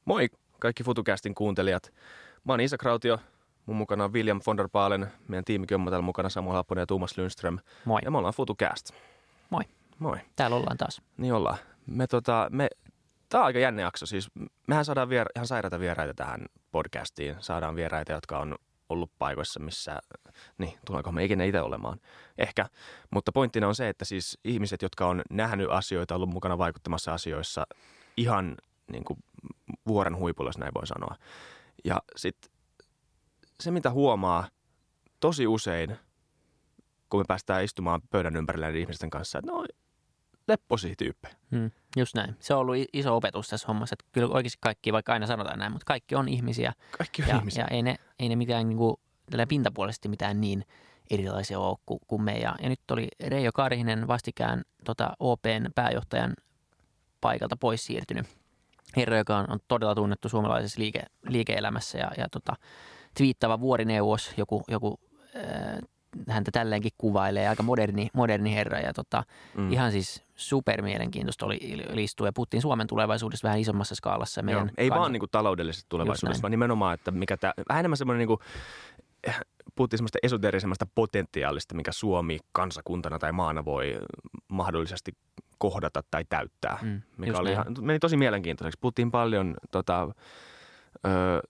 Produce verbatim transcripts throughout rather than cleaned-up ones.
Moi kaikki FutuCastin kuuntelijat. Mä oon Isak Rautio, mun mukana on William von der Baalen, meidän tiimikin on täällä mukana Samuel Happonen ja Tuomas Lundström. Moi. Ja me ollaan FutuCast. Moi. Moi. Täällä ollaan taas. Niin ollaan. Me tota, me, tää on aika jännä jakso, siis mehän saadaan vier, ihan sairaita vieraita tähän podcastiin. Saadaan vieraita, jotka on ollut paikoissa, missä, niin tuleeko me ikinä itse olemaan? Ehkä, mutta pointtina on se, että siis ihmiset, jotka on nähnyt asioita, ollut mukana vaikuttamassa asioissa ihan niin kuin vuoren huipulla, jos näin voi sanoa. Ja sitten se, mitä huomaa tosi usein, kun me päästään istumaan pöydän ympärillä näiden ihmisten kanssa, että ne on lepposia tyyppejä. Hmm, just näin. Se on ollut iso opetus tässä hommassa, että kyllä oikeasti kaikki, vaikka aina sanotaan näin, mutta kaikki on ihmisiä. Kaikki on ja, ihmisiä. Ja ei ne, ei ne mitään niin kuin, pintapuolisesti mitään niin erilaisia ole kuin, kuin me. Ja, ja nyt oli Reijo Karhinen vastikään tota O P:n pääjohtajan paikalta pois siirtynyt herra, joka on, on todella tunnettu suomalaisessa liike, liike-elämässä ja, ja tota, twiittava vuorineuvos, joku, joku äh, häntä tälleenkin kuvailee, aika moderni, moderni herra ja tota, mm. ihan siis supermielenkiintoista oli, oli istua ja puhuttiin Suomen tulevaisuudessa vähän isommassa skaalassa. Meidän Joo, ei kansan... vaan niin kuin taloudellisesta tulevaisuudessa, vaan nimenomaan, että mikä tämä, vähän enemmän semmoinen niin kuin, puhuttiin semmoista esoteerisemmasta potentiaalista, mikä Suomi kansakuntana tai maana voi mahdollisesti kohdata tai täyttää, mm, mikä oli ihan, meni tosi mielenkiintoiseksi. Puhuttiin paljon tota, ö,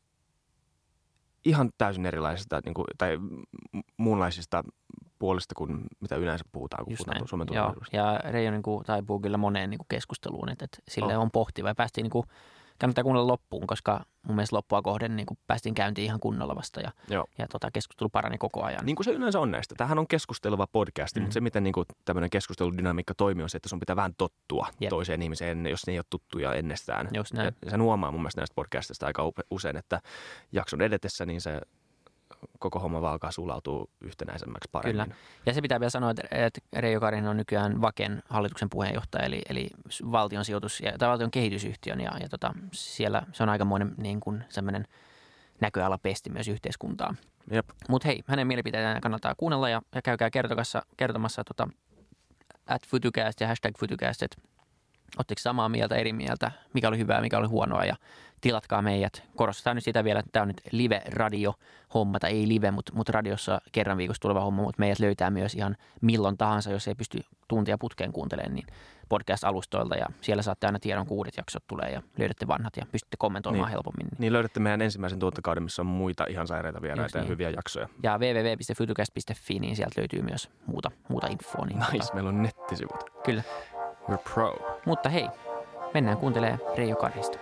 ihan täysin erilaisista niin kuin, tai muunlaisista puolista kuin mitä yleensä puhutaan, kun just puhutaan näin. Suomen Joo, tulevaisuudesta. ja Reijo niin kuin, taipuu kyllä moneen niin kuin keskusteluun, että, että sille oh. on pohtiva ja päästiin, niin kuin, kannattaa kuunnella loppuun, koska mun mielestä loppua kohden niin kuin päästiin käyntiin ihan kunnolla vasta ja, ja tota, keskustelu parani koko ajan. Niin kuin se yleensä on näistä. Tämähän on keskusteleva podcasti, mm. mutta se miten niin kuin tämmöinen keskusteludynamiikka toimii on se, että sun pitää vähän tottua Jep. toiseen ihmiseen, jos ne ei ole tuttuja ennestään. Just näin. Ja se huomaa mun mielestä näistä podcastista aika usein, että jakson edetessä niin se koko homma vaan alkaa sulautua yhtenäisemmäksi paremmin. Kyllä. Ja se pitää vielä sanoa, että Reijo Karhinen on nykyään Vaken hallituksen puheenjohtaja, eli, eli valtion sijoitus- ja, tai valtion kehitysyhtiön, ja, ja tota, siellä se on aikamoinen niin kuin semmoinen näköalapesti myös yhteiskuntaa. Mutta hei, hänen mielipiteitään kannattaa kuunnella, ja, ja käykää kertomassa, kertomassa tota, at FutuCast ja hashtag FutuCast, että ootteko samaa mieltä, eri mieltä, mikä oli hyvää, mikä oli huonoa, ja tilatkaa meidät. Korostetaan nyt sitä vielä, että tämä on nyt live-radio-homma, tai ei live, mutta, mutta radiossa kerran viikossa tuleva homma, mutta meidät löytää myös ihan milloin tahansa, jos ei pysty tuntia putkeen kuuntelemaan, niin podcast-alustoilta, ja siellä saatte aina tiedon, kun uudet jaksot tulee, ja löydätte vanhat, ja pystytte kommentoimaan niin. helpommin. Niin. niin löydätte meidän ensimmäisen tuotantokauden, missä on muita ihan sairaita vieraita ja niin. hyviä jaksoja. Ja double-u double-u double-u piste futucast piste fi, niin sieltä löytyy myös muuta, muuta infoa. Niin nice, tota... meillä on nettisivut. Kyllä. We're pro. Mutta hei, mennään kuuntelemaan Reijo Karhista.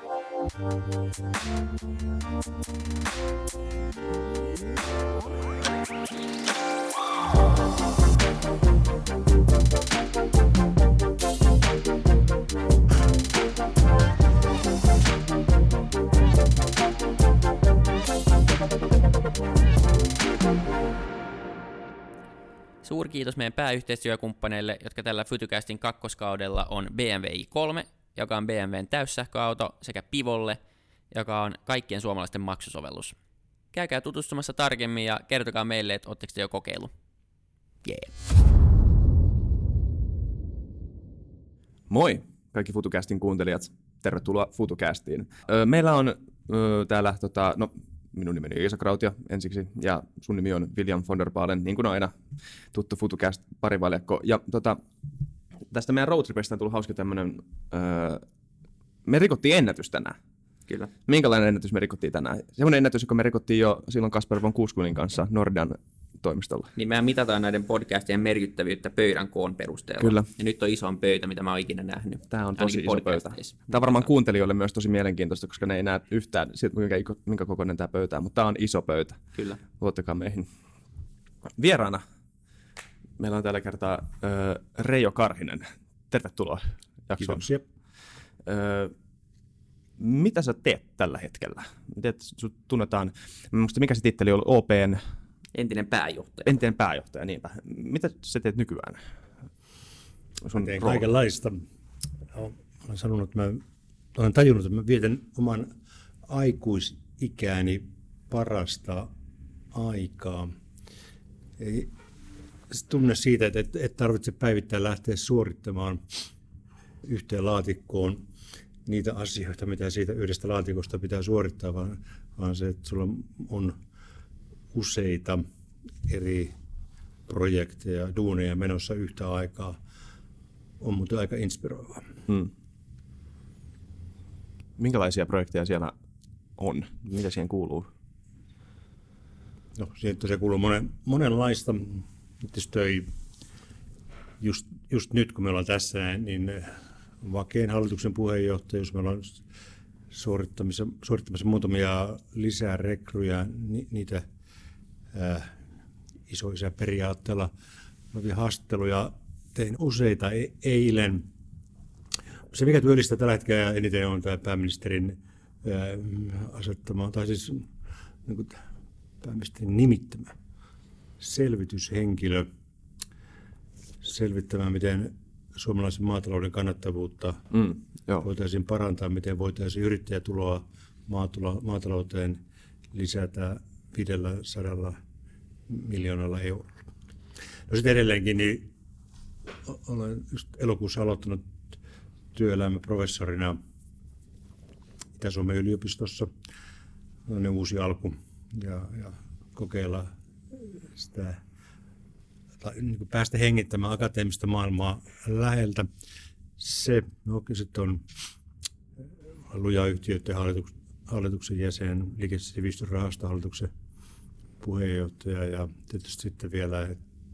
Suuri kiitos meidän pääyhteistyökumppaneille, jotka tällä FutuCastin kakkoskaudella on B M W i kolme, joka on B M W:n täyssähköauto, sekä Pivolle, joka on kaikkien suomalaisten maksusovellus. Käykää tutustumassa tarkemmin ja kertokaa meille, että ootteko te jo kokeillut. Yeah. Moi kaikki FutuCastin kuuntelijat. Tervetuloa FutuCastiin. Öö, meillä on öö, täällä, tota, no minun nimeni on Isak Rautio ensiksi ja sun nimi on William von der Baalen, niin kuin aina tuttu FutuCast parivaljakko. Ja tota, tästä meidän roadtripistä on tullut hauska tämmönen, öö, me rikottiin ennätys tänään. Kyllä. Minkälainen ennätys me rikottiin tänään? Semmoinen ennätys, joka me rikottiin jo silloin Kasper von Kuuskulin kanssa Nordean toimistolla. Niin mehän mitataan näiden podcastien merkittävyyttä pöydän koon perusteella. Kyllä. Ja nyt on iso pöytä, mitä mä oon ikinä nähnyt. Tämä on tosi iso pöytä. Tämä on varmaan kuuntelijoille myös tosi mielenkiintoista, koska ne ei näe yhtään, minkä, minkä kokoinen tämä pöytä on, mutta tämä on iso pöytä. Kyllä. Luottakaa meihin. Vieraana meillä on tällä kertaa äh, Reijo Karhinen. Tervetuloa jaksoon. Kiitoksia. Äh, mitä sä teet tällä hetkellä? Teet, sut tunnetaan, musta mikä se titteli oli, O P:n entinen pääjohtaja. Entinen pääjohtaja, niinpä. Mitä sä teet nykyään? Sun teen rooli. Kaikenlaista. Olen sanonut, että mä olen tajunnut, että mä vietän oman aikuisikääni parasta aikaa. Ei, se tunne siitä, että et tarvitse päivittäin lähteä suorittamaan yhteen laatikkoon niitä asioita, mitä siitä yhdestä laatikosta pitää suorittaa, vaan, vaan se, että sulla on useita eri projekteja, duuneja menossa yhtä aikaa, on muuten aika inspiroivaa. Hmm. Minkälaisia projekteja siellä on? Mitä siihen kuuluu? No, siihen tosiaan kuuluu monen, monenlaista. Tietysti just, just nyt, kun me ollaan tässä, niin Vakeen hallituksen puheenjohtajuus, me ollaan suorittamassa, suorittamassa muutamia lisää rekryjä, ni, niitä ää, isoisä periaatteella olevia haastatteluja tein useita e- eilen. Se, mikä työllistää tällä hetkellä eniten, on tämä pääministerin ää, asettama, tai siis niin kuin pääministerin nimittämä selvityshenkilö selvittämään, miten suomalaisen maatalouden kannattavuutta mm, voitaisiin parantaa, miten voitaisiin yrittäjätuloa maatalo- maatalouteen lisätä viidelläsadalla miljoonalla eurolla. No sitten edelleenkin, niin olen just elokuussa aloittanut työelämäprofessorina Itä-Suomen yliopistossa. On uusi alku ja, ja kokeilla sitä, niin kuin päästä hengittämään akateemista maailmaa läheltä. Se no, sitten on Luja-yhtiöiden hallituksen, hallituksen jäsen, liikesivistysrahaston hallituksen puheenjohtaja ja tietysti sitten vielä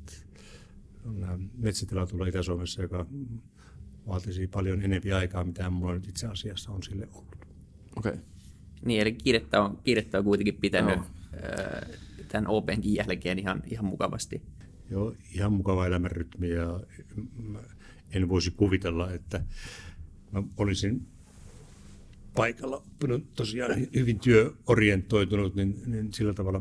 on metsätila tuolla Itä-Suomessa, joka vaatisi paljon enemmän aikaa, mitä minulla nyt itse asiassa on sille ollut. Okei. Okay. Niin, eli kiirettä on, kiirettä on kuitenkin pitänyt no. tämän Openkin jälkeen ihan, ihan mukavasti. Joo, ihan mukava elämänrytmi ja en voisi kuvitella, että mä olisin paikalla tosiaan hyvin työorientoitunut, niin, niin sillä tavalla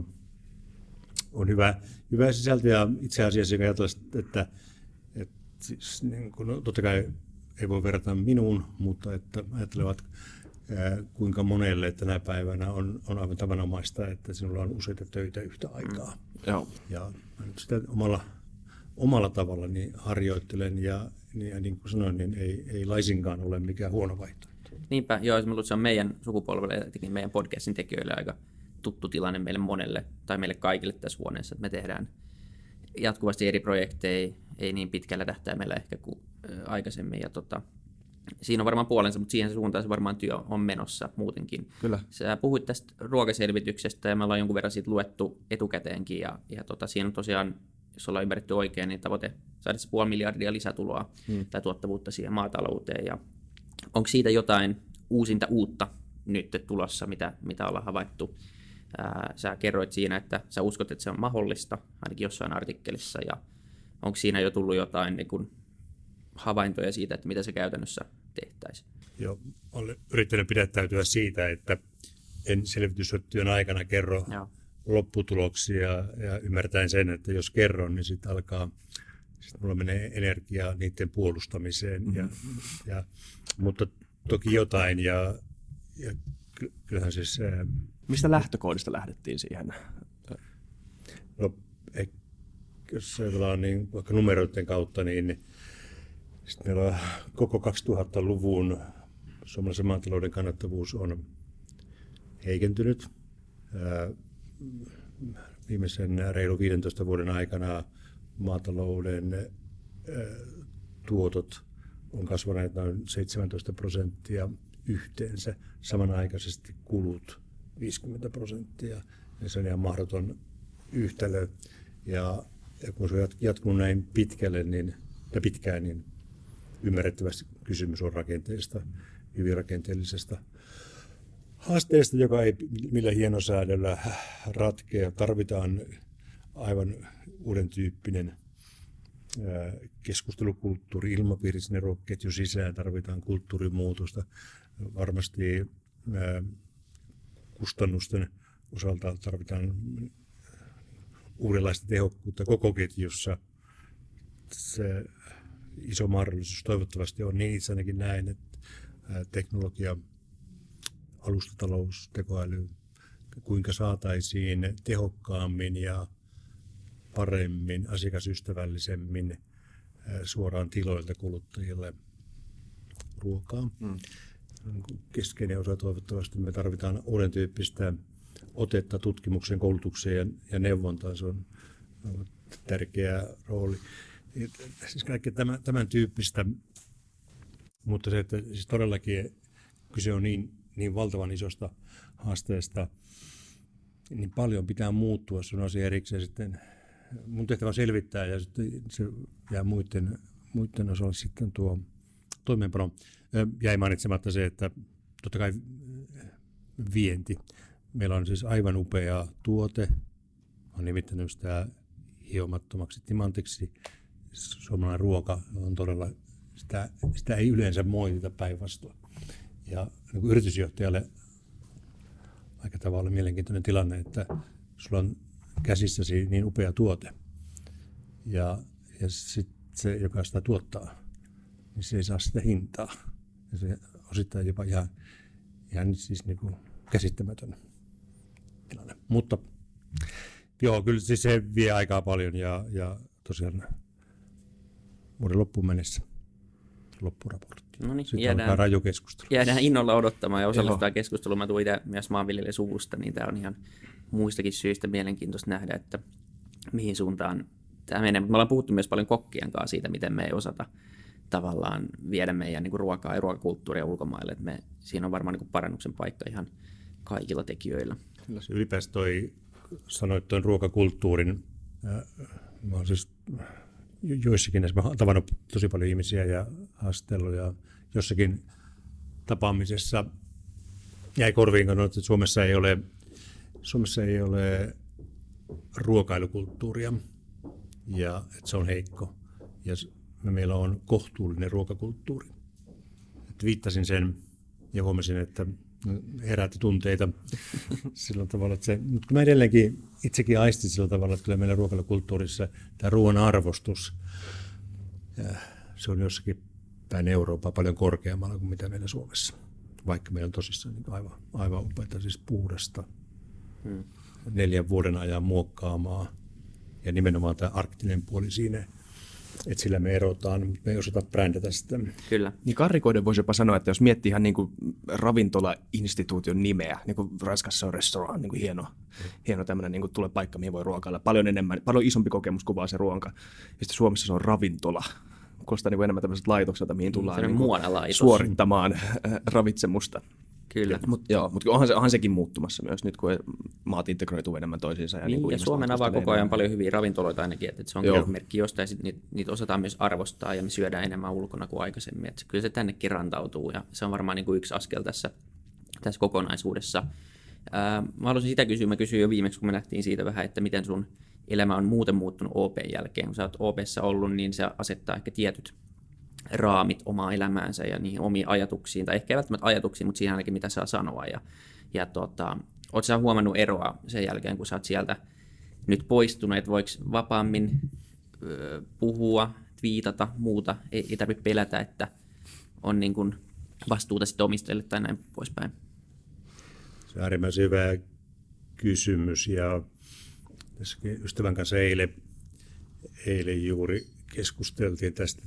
on hyvä, hyvä sisältö ja itse asiassa ajatella, että, että siis, niin kun, no, totta kai ei voi verrata minuun, mutta että ajattelevat ää, kuinka monelle tänä päivänä on, on aivan tavanomaista, että sinulla on useita töitä yhtä aikaa. Mm. Joo. Ja mä nyt sitä omalla, omalla tavalla niin harjoittelen ja niin, ja niin kuin sanoin, niin ei, ei laisinkaan ole mikään huono vaihtoehto. Niinpä, joo, se on meidän sukupolvelle ja meidän podcastin tekijöille aika tuttu tilanne meille monelle tai meille kaikille tässä huoneessa, että me tehdään jatkuvasti eri projekteja, ei niin pitkällä tähtäimellä ehkä kuin aikaisemmin. Ja tota, siinä on varmaan puolensa, mutta siihen se suuntaan se varmaan työ on menossa muutenkin. Kyllä. Sä puhuit tästä ruokaselvityksestä ja me ollaan jonkun verran siitä luettu etukäteenkin ja, ja tota, siinä on tosiaan, jos ollaan ymmärretty oikein, niin tavoite saada se puoli miljardia lisätuloa hmm. tai tuottavuutta siihen maatalouteen. Ja onko siitä jotain uusinta uutta nyt tulossa, mitä, mitä ollaan havaittu? Ää, sä kerroit siinä, että sä uskot, että se on mahdollista, ainakin jossain artikkelissa, ja onko siinä jo tullut jotain niin kun havaintoja siitä, että mitä se käytännössä tehtäisiin? Joo, olen yrittänyt pidättäytyä siitä, että en selvitystyön aikana kerro Joo. lopputuloksia ja ymmärtäen sen, että jos kerron, niin sitten alkaa, sitten mulla menee energiaa niiden puolustamiseen, mm-hmm. ja, ja, mutta toki jotain, ja, ja kyllähän siis... Mistä lähtökohdista lähdettiin siihen? No, jos ajatellaan niin vaikka numeroiden kautta, niin sitten meillä on koko kaksituhattaluvun suomalaisen maatalouden kannattavuus on heikentynyt. Viimeisen reilu viidentoista vuoden aikana maatalouden tuotot on kasvaneet noin seitsemäntoista prosenttia yhteensä, samanaikaisesti kulut viisikymmentä prosenttia. Ja se on ihan mahdoton yhtälö. Ja, ja kun se on jatkunut näin pitkälle, niin, ja pitkään, niin ymmärrettävästi kysymys on rakenteesta, hyvin rakenteellisesta haasteesta, joka ei millä hienosäädöllä ratkea. Tarvitaan aivan uuden tyyppinen keskustelukulttuuri, ilmapiiri sinne ruokaketjun sisään, tarvitaan kulttuurimuutosta. Varmasti kustannusten osalta tarvitaan uudenlaista tehokkuutta koko ketjussa. Se iso mahdollisuus toivottavasti on niin, itse ainakin näin, että teknologia, alustatalous, tekoäly, kuinka saataisiin tehokkaammin ja paremmin, asiakasystävällisemmin suoraan tiloilta kuluttajille ruokaa. Mm. keskeinen osa toivottavasti. Me tarvitaan uuden tyyppistä otetta tutkimukseen, koulutukseen ja, ja neuvontaan. Se on tärkeä rooli. Siis kaikki tämän, tämän tyyppistä, mutta se, että siis todellakin kyse on niin, niin valtavan isosta haasteesta, niin paljon pitää muuttua. Se on asia erikseen sitten. Mun tehtävä on selvittää ja sitten se jää muiden, muiden osalle sitten tuo toimeenpano. Jäi mainitsematta se, että totta kai vienti. Meillä on siis aivan upea tuote. On nimittänyt sitä hiomattomaksi timantiksi. Suomalainen ruoka on todella, sitä, sitä ei yleensä moitita päinvastoin. Ja niin kuin yritysjohtajalle aika tavalla mielenkiintoinen tilanne, että sulla on käsissäsi niin upea tuote. Ja, ja sitten se, joka sitä tuottaa, niin se ei saa sitä hintaa. Ja se osittain jopa ihan, ihan siis niin kuin käsittämätön tilanne. Mutta joo, kyllä siis se vie aikaa paljon ja, ja tosiaan vuoden loppuun mennessä loppuraportti. No niin, sitten jäädään, alkaa raju keskustelu. Jäädään innolla odottamaan ja osallistutaan keskusteluun. Mä tuun itse myös maanviljelijän suvusta, niin tämä on ihan muistakin syistä mielenkiintoista nähdä, että mihin suuntaan tämä menee. Me ollaan puhuttu myös paljon kokkien kanssa siitä, miten me ei osata tavallaan viedä meidän niin kuin ruokaa ja ruokakulttuuria ulkomaille. Että me, siinä on varmaan niin kuin parannuksen paikka ihan kaikilla tekijöillä. Ylipäänsä toi, sanoit tuon ruokakulttuurin, äh, mä oon siis joissakin näissä, mä oon tavannut tosi paljon ihmisiä ja haastellut ja jossakin tapaamisessa jäi korviin, että Suomessa ei ole, Suomessa ei ole ruokailukulttuuria ja että se on heikko ja meillä on kohtuullinen ruokakulttuuri. Et viittasin sen ja huomasin, että herätti tunteita sillä tavalla, että se, mutta mä edelleenkin itsekin aistin sillä tavalla, että kyllä meillä ruokailukulttuurissa tämä ruoan arvostus, se on jossakin päin Eurooppaa paljon korkeammalla kuin mitä meillä Suomessa, vaikka meillä on tosissaan niin aivan, aivan upeata, siis puhdasta, hmm. neljän vuoden ajan muokkaamaa ja nimenomaan tämä arktinen puoli siinä, että sillä me erotaan, mutta me ei osata brändätä sitä. Kyllä. Niin karrikoiden voisi jopa sanoa, että jos miettii ihan niin kuin ravintola-instituution nimeä, niin kuin Ranskassa on restaurant, niin kuin hieno, mm. hieno tämmöinen niin kuin tulee paikka, mihin voi ruokailla. Paljon enemmän, paljon isompi kokemus kuin vaan se ruoka. Ja sitten Suomessa se on ravintola. Kuulostaa niin kuin enemmän tämmöiseltä laitokselta, mihin tullaan niin kuin suorittamaan ravitsemusta. Kyllä. Mutta joo, mutta onhan, se, onhan sekin muuttumassa myös nyt, kun maat integroituu enemmän toisiinsa. Ja, niin, niin ja Suomen avaa koko ajan paljon hyviä ravintoloita ainakin, että se on merkki jostain, ja niitä, niitä osataan myös arvostaa, ja me syödään enemmän ulkona kuin aikaisemmin. Että kyllä se tännekin rantautuu, ja se on varmaan niin kuin yksi askel tässä, tässä kokonaisuudessa. Ää, mä haluaisin sitä kysyä, mä kysyin jo viimeksi, kun me nähtiin siitä vähän, että miten sun elämä on muuten muuttunut O P:n jälkeen. Kun sä oot O P:ssä ollut, niin se asettaa ehkä tietyt raamit omaa elämäänsä ja niihin omiin ajatuksiin, tai ehkä ei välttämättä ajatuksiin, mutta siihen ainakin mitä saa sanoa. Ja, ja tota, oot sä huomannut eroa sen jälkeen, kun sä oot sieltä nyt poistunut, että voiko vapaammin ö, puhua, twiitata, muuta, ei, ei tarvitse pelätä, että on niin kuin vastuuta sitten omistajille tai näin poispäin? Se on äärimmäisen hyvä kysymys, ja ystävän kanssa eilen, eilen juuri keskusteltiin tästä.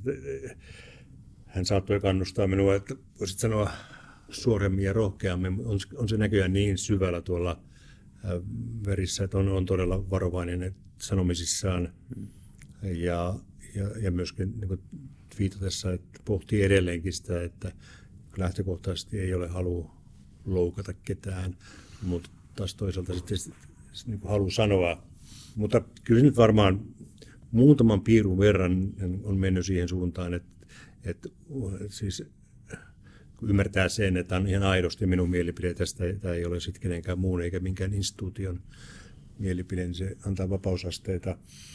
Hän saattoi kannustaa minua, että voisit sanoa suoremmin ja rohkeammin. On, on se näköjään niin syvällä tuolla verissä, että on, on todella varovainen sanomisissaan. Ja, ja, ja myöskin niin kuin twiitatessa, että pohtii edelleenkin sitä, että lähtökohtaisesti ei ole halu loukata ketään, mutta taas toisaalta sitten niin kuin halu sanoa. Mutta kyllä nyt varmaan muutaman piirun verran on mennyt siihen suuntaan, että, että siis kun ymmärtää sen, että on ihan aidosti minun mielipide tästä, tämä ei ole sitten kenenkään muun eikä minkään instituution mielipide, niin se antaa vapausasteita.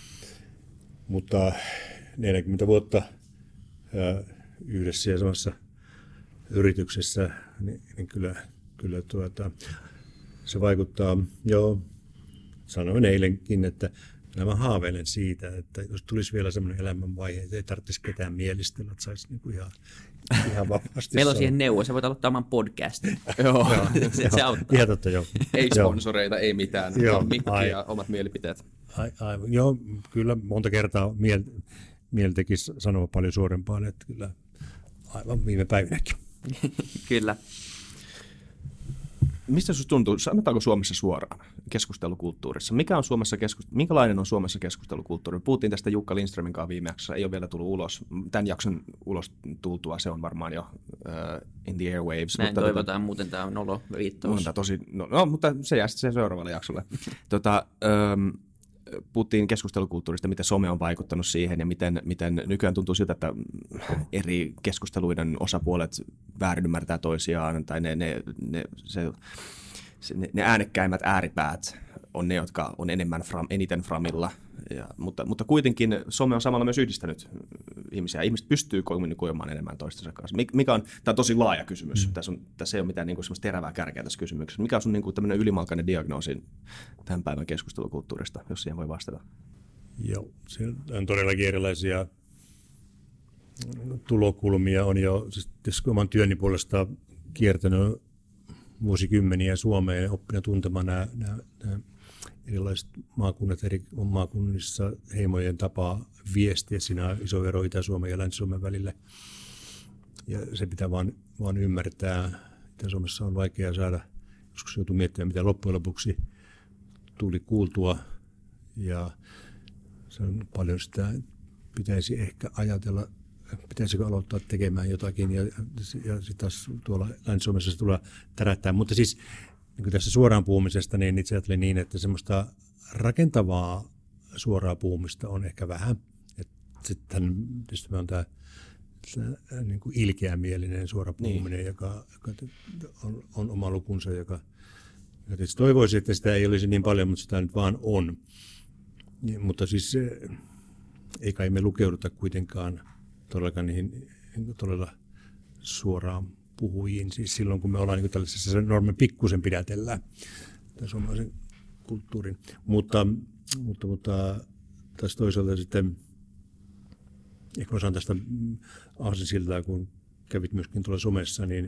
Mutta neljäkymmentä vuotta yhdessä ja samassa yrityksessä, niin, niin kyllä, kyllä tuota, se vaikuttaa. Joo, sanoin eilenkin, että mä haaveilen siitä, että jos tulisi vielä semmoinen elämänvaihe, että ei tarvitsisi ketään mielistellä, että saisi niinku ihan, ihan vapaasti. Meillä on siihen neuvo, sä voit aloittaa oman podcastin. Joo, se, se auttaa. Ihan totta, joo. Ei sponsoreita, ei mitään, joo, mikki ja omat mielipiteet. Ai, aivan. Joo, kyllä monta kertaa mieli, mieli tekisi sanoa paljon suorempaan, että kyllä aivan viime päivinäkin. Kyllä. Mistä sinusta tuntuu, sanotaanko Suomessa suoraan keskustelukulttuurissa? Mikä on Suomessa keskust- Minkälainen on Suomessa keskustelukulttuuri? Puhuttiin tästä Jukka Lindströmin kanssa viime jaksossa, ei ole vielä tullut ulos. Tämän jakson ulos tultua se on varmaan jo uh, in the airwaves. Näin mutta toivotaan, tota, muuten tämä on olo riittävyys. tosi, no, no, mutta se jää sitten seuraavalle jaksolle. tota, um, puhuttiin keskustelukulttuurista, miten some on vaikuttanut siihen ja miten, miten nykyään tuntuu siltä, että eri keskusteluiden osapuolet väärin ymmärtää toisiaan tai ne, ne, ne, se, se, ne, ne äänekkäimmät ääripäät on ne, jotka on enemmän fram, eniten framilla. Ja, mutta, mutta kuitenkin some on samalla myös yhdistänyt ihmisiä. Ihmiset pystyy kommunikoimaan enemmän toistensa kanssa. Mikä on, tämä on tosi laaja kysymys. Mm. Tässä, on, tässä ei ole mitään niin kuin, terävää kärkeä tässä kysymyksessä. Mikä on sun niin kuin, tämmöinen ylimalkainen diagnoosi tämän päivän keskustelukulttuurista, jos siihen voi vastata? Joo, siellä on todellakin erilaisia tulokulmia. On jo siis oman työni puolesta kiertänyt vuosikymmeniä Suomeen ja oppinut tuntemaan nämä, nämä, nämä erilaiset maakunnat eri maakunnissa, heimojen tapaa viestiä. Siinä on iso ero Itä-Suomen ja Länsi-Suomen välillä. Ja se pitää vaan, vaan ymmärtää. Itä-Suomessa on vaikea saada, joskus joutuu miettimään, mitä loppujen lopuksi tuli kuultua. Ja se on paljon sitä, pitäisi ehkä ajatella, pitäisikö aloittaa tekemään jotakin. Ja, ja sitten taas tuolla Länsi-Suomessa se tulee tärättää. Mutta siis niin tässä suoraan puhumisesta, niin itse ajattelin niin, että semmoista rakentavaa suoraa puhumista on ehkä vähän. Sitten tietysti on tämä niin kuin ilkeämielinen suora puhuminen, niin. joka, joka on, on oma lukunsa, joka, joka tietysti toivoisi, että sitä ei olisi niin paljon, mutta sitä nyt vaan on. Ja, mutta siis ei kai me lukeuduta kuitenkaan todellakaan niihin todella suoraan puhujiin, siis silloin kun me ollaan niin tällaisessa normin pikkusen pidätellään tämän suomalaisen kulttuurin. Mutta, mutta, mutta tässä toisaalta sitten, ehkä mä saan tästä aasinsiltaa, kun kävit myöskin tuolla somessa, niin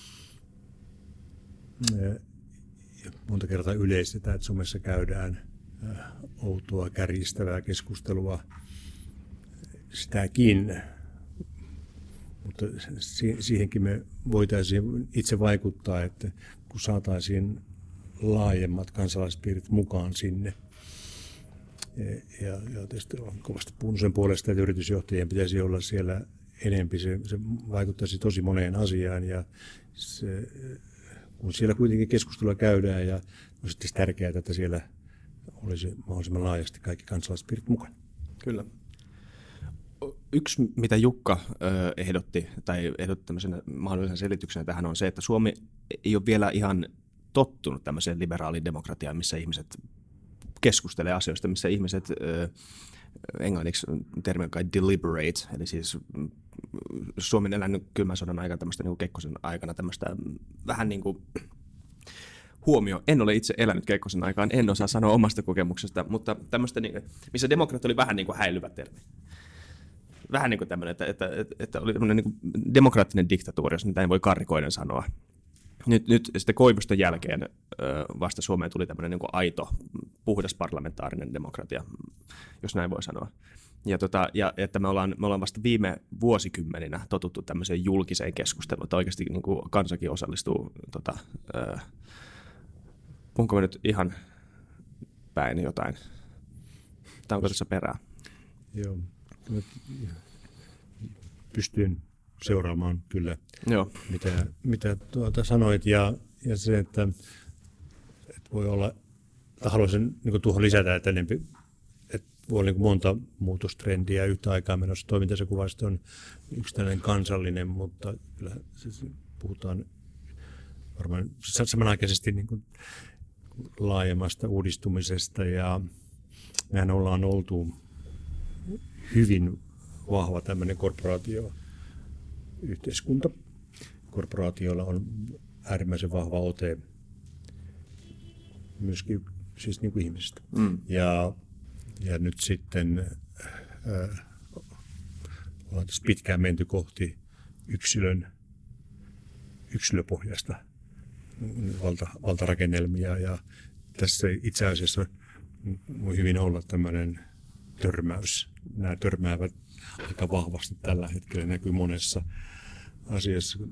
monta kertaa yleistetään, että somessa käydään outoa, kärjistävää keskustelua. Sitäkin. Mutta siihenkin me voitaisiin itse vaikuttaa, että kun saataisiin laajemmat kansalaispiirit mukaan sinne. Ja, ja tietysti on kovasti puhunut sen puolesta, että yritysjohtajien pitäisi olla siellä enempi. Se, se vaikuttaisi tosi moneen asiaan. Ja se, kun siellä kuitenkin keskustelua käydään, ja on sitten tärkeää, että siellä olisi mahdollisimman laajasti kaikki kansalaispiirit mukana. Kyllä. Yksi, mitä Jukka ö, ehdotti, tai ehdotti tämmöisen mahdollisen selityksenä tähän, on se, että Suomi ei ole vielä ihan tottunut tämmöiseen liberaaliin demokratiaan, missä ihmiset keskustelee asioista, missä ihmiset, ö, englanniksi termi on kai deliberate, eli siis Suomi on elänyt kylmän sodan aikana tämmöistä, niin kuin Kekkosen aikana tämmöistä vähän niin kuin huomio, en ole itse elänyt Kekkosen aikaan, en osaa sanoa omasta kokemuksesta, mutta tämmöistä, missä demokratia oli vähän niin kuin häilyvä termi. Vähän niin kuin tämmöinen, että, että, että, että oli tämmöinen niin kuin demokraattinen diktatuuri, jos näin voi karrikoiden sanoa. Nyt, nyt sitten Koivuston jälkeen vasta Suomeen tuli tämmöinen niin kuin aito, puhdas parlamentaarinen demokratia, jos näin voi sanoa. Ja, tota, ja että me ollaan, me ollaan vasta viime vuosikymmeninä totuttu tämmöiseen julkiseen keskusteluun, että oikeasti niin kuin kansakin osallistuu. Tota, äh, puhunko me nyt ihan päin jotain? Tämä onko tässä perää? Joo. Pystyin seuraamaan kyllä, Joo. mitä, mitä tuota sanoit. Ja, ja se, että, että voi olla, haluaisin niin tuohon lisätä, että, enempi, että voi olla niin monta muutostrendiä yhtä aikaa menossa. Toimintansa kuvasta on yksi tällainen kansallinen, mutta kyllä siis puhutaan varmaan samanaikaisesti niin kuin laajemmasta uudistumisesta. Ja mehän ollaan oltu hyvin vahva tämmöinen korporaatioyhteiskunta. Korporaatioilla on äärimmäisen vahva ote myöskin siis niin kuin ihmisistä. Mm. Ja, ja nyt sitten äh, ollaan tässä pitkään menty kohti yksilön, yksilöpohjaista valta, valtarakennelmia. Ja tässä itse asiassa voi hyvin olla tämmöinen törmäys. Nämä törmäävät aika vahvasti tällä hetkellä, näkyy monessa asiassa.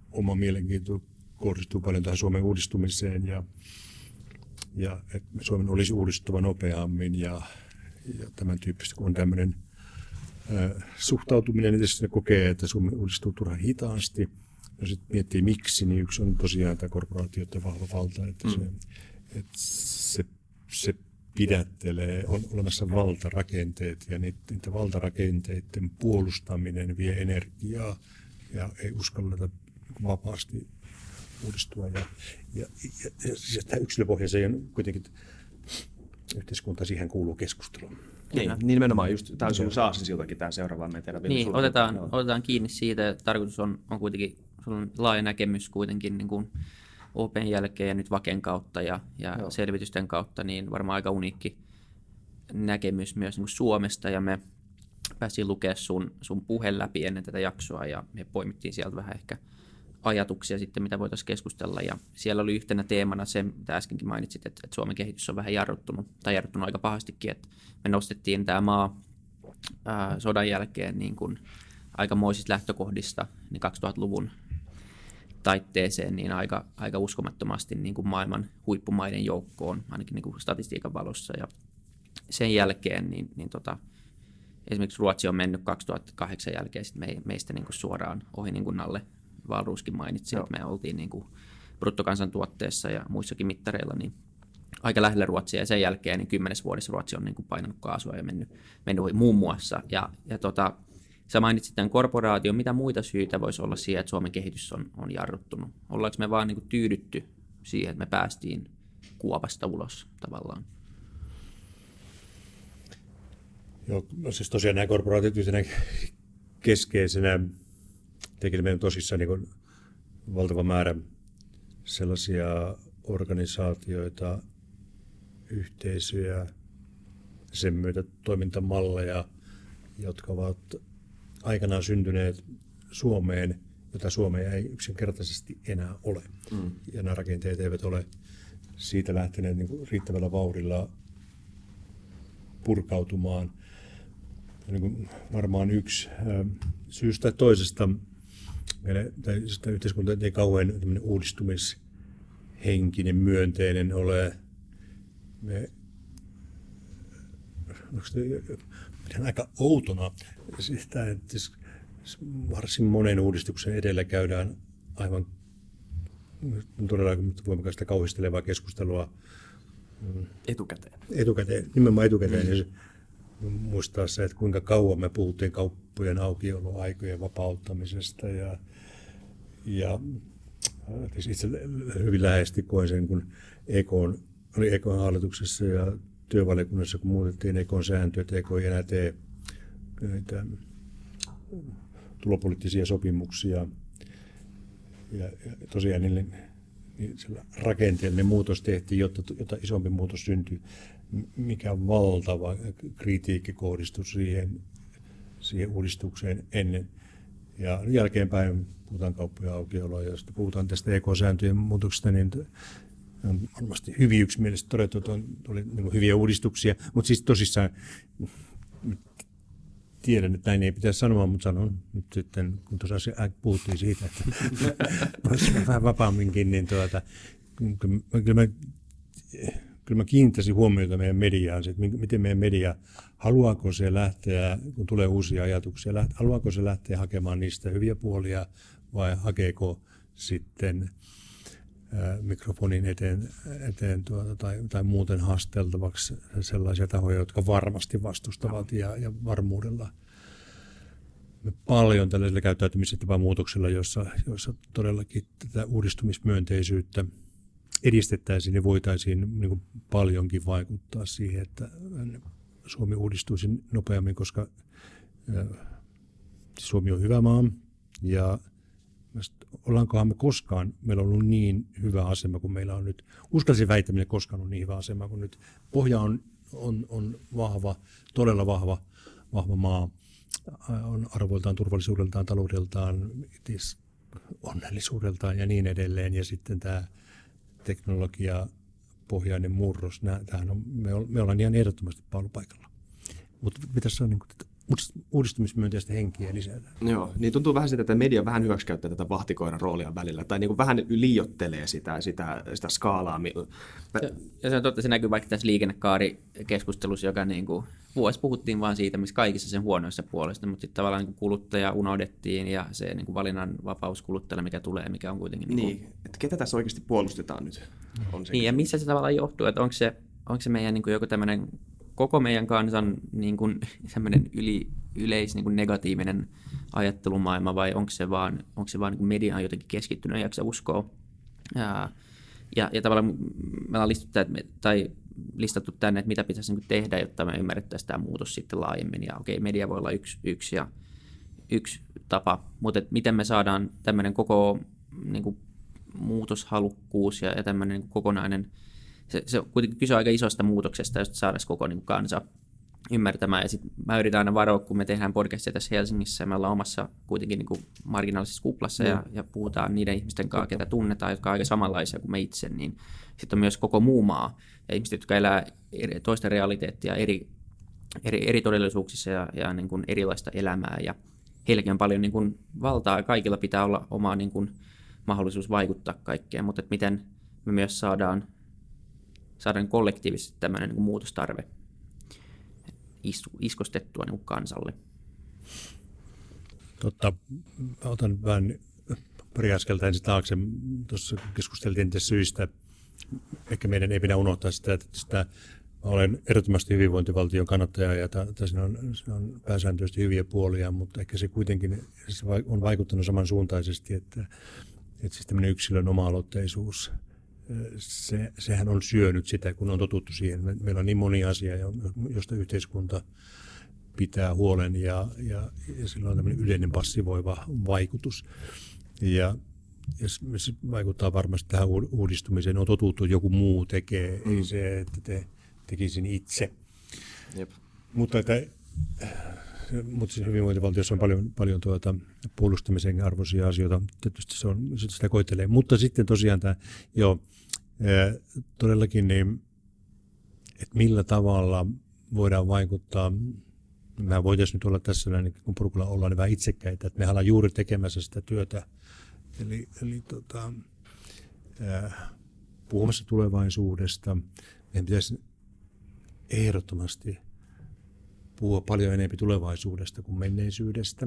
oma mielenkiinto kohdistuu paljon tähän Suomen uudistumiseen ja, ja että Suomen olisi uudistuva nopeammin ja, ja tämän tyyppistä, kun on tämmöinen äh, suhtautuminen, niin tietysti ne kokee, että Suomi uudistuu turhan hitaasti. Ja sitten miettii miksi, niin yksi on tosiaan tämä korporaatioiden vahva valta, että se, mm. että se, se pidättelee, on olemassa valtarakenteet ja niiden valtarakenteiden puolustaminen vie energiaa ja ei uskalleta vapaasti uudistua. Ja, ja, ja, ja siis tämä yksilöpohjaiseen kuitenkin yhteiskunta, siihen kuuluu keskusteluun. Niin, nimenomaan just, tämä olisi ollut aasinsiltakin tämä seuraavaan meidän. Niin, otetaan, otetaan kiinni siitä, että tarkoitus on, on kuitenkin, sulla on laaja näkemys kuitenkin niin kuin Open jälkeen ja nyt Vaken kautta ja, ja selvitysten kautta, niin varmaan aika uniikki näkemys myös niin kuin Suomesta, ja me pääsin lukemaan sun, sun puheen läpi ennen tätä jaksoa, ja me poimittiin sieltä vähän ehkä ajatuksia sitten, mitä voitaisiin keskustella, ja siellä oli yhtenä teemana se, mitä äskenkin mainitsit, että, että Suomen kehitys on vähän jarruttunut, tai jarruttunut aika pahastikin, että me nostettiin tämä maa ää, sodan jälkeen niin kuin aikamoisista lähtökohdista niin kaksituhattaluvun taitteeseen niin aika, aika uskomattomasti niin kuin maailman huippumaiden joukkoon, ainakin niin kuin statistiikan valossa, ja sen jälkeen niin, niin tota, esimerkiksi Ruotsi on mennyt kaksituhattakahdeksan jälkeen sit me, meistä niin kuin suoraan ohi, niin kuin Nalle Wahlrooskin mainitsi, Joo. että me oltiin niin kuin bruttokansantuotteessa ja muissakin mittareilla niin aika lähellä Ruotsia, ja sen jälkeen niin kymmenessä vuodessa Ruotsi on niin kuin painanut kaasua ja mennyt, mennyt ohi muun muassa, ja, ja tota, sä mainitsit tämän korporaation. Mitä muita syitä voisi olla siihen, että Suomen kehitys on, on jarruttunut? Ollaanko me vaan niin kuin tyydytty siihen, että me päästiin kuopasta ulos tavallaan? Joo, no siis tosiaan nämä korporaatiot yhtenä keskeisenä tekijänä meillä on tosissaan niin kuin valtava määrä sellaisia organisaatioita, yhteisöjä, sen myötä toimintamalleja, jotka ovat aikanaan syntyneet Suomeen, jota Suomea ei yksinkertaisesti enää ole. Mm. Ja nämä rakenteet eivät ole siitä lähteneet niin kuin riittävällä vauhdilla purkautumaan. Niin kuin varmaan yksi äh, syystä tai toisesta meillä, tai sitä yhteiskunta ei kauhean uudistumishenkinen, myönteinen ole. Me pidän aika outona sitä, että varsin monen uudistuksen edellä käydään aivan todella voimakasta kauhistelevaa keskustelua etukäteen. Etukäteen, nimenomaan etukäteen. Mm. Ja muistaa se, että kuinka kauan me puhuttiin kauppojen aukioloaikojen vapauttamisesta. Ja, ja itse hyvin läheisesti koin sen, kun E K oli E K:n hallituksessa ja työvaliokunnassa, kun muutettiin E K:n sääntöjä, että E K ei enää tee näitä tulopoliittisia sopimuksia. Ja, ja tosiaan niille, niin rakenteellinen muutos tehtiin, jotta, jotta isompi muutos syntyi. Mikä valtava kritiikki kohdistui siihen, siihen uudistukseen ennen. Ja jälkeenpäin puhutaan kauppojen aukioloa, ja sitten puhutaan tästä E K-sääntöjen muutoksesta, niin on varmasti hyvin yksimielisesti todettu, että on, oli niin hyviä uudistuksia, mutta siis tosissaan tiedän, että näin ei pitäisi sanoa, mutta sanon nyt sitten, kun tuossa puhuttiin siitä, että voisi vähän vapaamminkin, niin tuota, kyllä mä, kyllä mä kiinnittäisin huomiota meidän mediaan, että miten meidän media, haluaako se lähteä, kun tulee uusia ajatuksia, haluaako se lähteä hakemaan niistä hyviä puolia vai hakeeko sitten mikrofonin eteen, eteen tuota, tai, tai muuten haasteltavaksi sellaisia tahoja, jotka varmasti vastustavat ja, ja varmuudella. Me paljon tällaisilla käyttäytymistapamuutoksilla, joissa, joissa todellakin tätä uudistumismyönteisyyttä edistettäisiin, niin voitaisiin niin kuin paljonkin vaikuttaa siihen, että Suomi uudistuisi nopeammin, koska Suomi on hyvä maa ja ollaankohan me koskaan, meillä on ollut niin hyvä asema kuin meillä on nyt. Uskallisin väittäminen koskaan on niin hyvä asema kuin nyt. Pohja on, on, on vahva, todella vahva, vahva maa. On arvoiltaan, turvallisuudeltaan, taloudeltaan, onnellisuudeltaan ja niin edelleen. Ja sitten tämä teknologiapohjainen murros, tämähän on, me ollaan ihan ehdottomasti paalupaikalla. Mutta pitäisi sanoa, niin uudistumismyönteistä henkiä lisätään. Joo, niin tuntuu vähän sitä, että media vähän hyväksikäyttää tätä vahtikoiran roolia välillä, tai niin kuin vähän liioittelee sitä, sitä, sitä skaalaa. Ja, ja se on totta, se näkyy vaikka tässä liikennekaarikeskustelussa, joka niin kuin, vuosi puhuttiin vaan siitä, missä kaikissa sen huonoissa puolesta, mutta sitten tavallaan niin kuluttaja unohdettiin, ja se niin kuin valinnan vapaus kuluttajalle, mikä tulee, mikä on kuitenkin... Niin, niin kuin... että ketä tässä oikeasti puolustetaan nyt? On niin, ja missä se tavallaan johtuu, että onko se, onko se meidän niin kuin joku tämmöinen koko meidän kansan niin kuin, yli, yleis niin kuin negatiivinen ajattelumaailma, vai onko se vaan, onko se vaan niin kuin mediaan jotenkin keskittynyt ja jaksa uskoa. Ja, ja, ja tavallaan me ollaan listattu, tai listattu tänne, että mitä pitäisi niin kuin tehdä, jotta me ymmärrettäisiin tämä muutos sitten laajemmin. Ja okei, media voi olla yksi, yksi, ja, yksi tapa, mutta miten me saadaan tämmöinen koko niin kuin muutoshalukkuus ja, ja tämmöinen niin kuin kokonainen. Se, se kuitenkin kyse aika isosta muutoksesta, josta saadaan koko niin kuin kansa ymmärtämään. Ja sitten mä yritän aina varoa, kun me tehdään podcastia tässä Helsingissä, ja me ollaan omassa kuitenkin niin kuin marginaalisessa kuplassa, mm. ja, ja puhutaan niiden ihmisten kanssa, ketä tunnetaan, jotka on aika samanlaisia kuin me itse, niin sitten on myös koko muu maa, ja ihmiset, jotka elää eri, toisten realiteettia eri, eri, eri todellisuuksissa ja, ja niin kuin erilaista elämää, ja heilläkin on paljon niin kuin valtaa, ja kaikilla pitää olla oma niin kuin mahdollisuus vaikuttaa kaikkeen, mutta että miten me myös saadaan saadaan kollektiivisesti tämmöinen niin kuin muutostarve istu, iskostettua niin kuin kansalle. Totta. Otan vähän pari askelta ensin taakse. Tuossa keskusteltiin niistä syistä. Ehkä meidän ei pidä unohtaa sitä, että sitä olen ehdottomasti hyvinvointivaltion kannattaja ja siinä on, on pääsääntöisesti hyviä puolia, mutta ehkä se kuitenkin se on vaikuttanut samansuuntaisesti, että, että siis tämmöinen yksilön oma-aloitteisuus, Se, sehän on syönyt sitä, kun on totuttu siihen. Meillä on niin moni asia, josta yhteiskunta pitää huolen ja, ja, ja sillä on tämmöinen yleinen passivoiva vaikutus. Ja, ja se vaikuttaa varmasti tähän uudistumiseen. On totuttu, joku muu tekee, mm. ei se, että te tekisin itse. Jep. Mutta, että, mutta siis hyvinvointivaltiossa on paljon, paljon tuota, puolustamisen arvoisia asioita. Tietysti se on, sitä koettelee. Mutta sitten tosiaan tämä, joo, todellakin, niin, että millä tavalla voidaan vaikuttaa. Mehän voitaisiin nyt olla tässä, kun porukalla ollaan, niin vähän itsekkäitä, että mehän ollaan juuri tekemässä sitä työtä. Eli, eli tota, äh, puhumassa tulevaisuudesta. Meidän pitäisi ehdottomasti puhua paljon enemmän tulevaisuudesta kuin menneisyydestä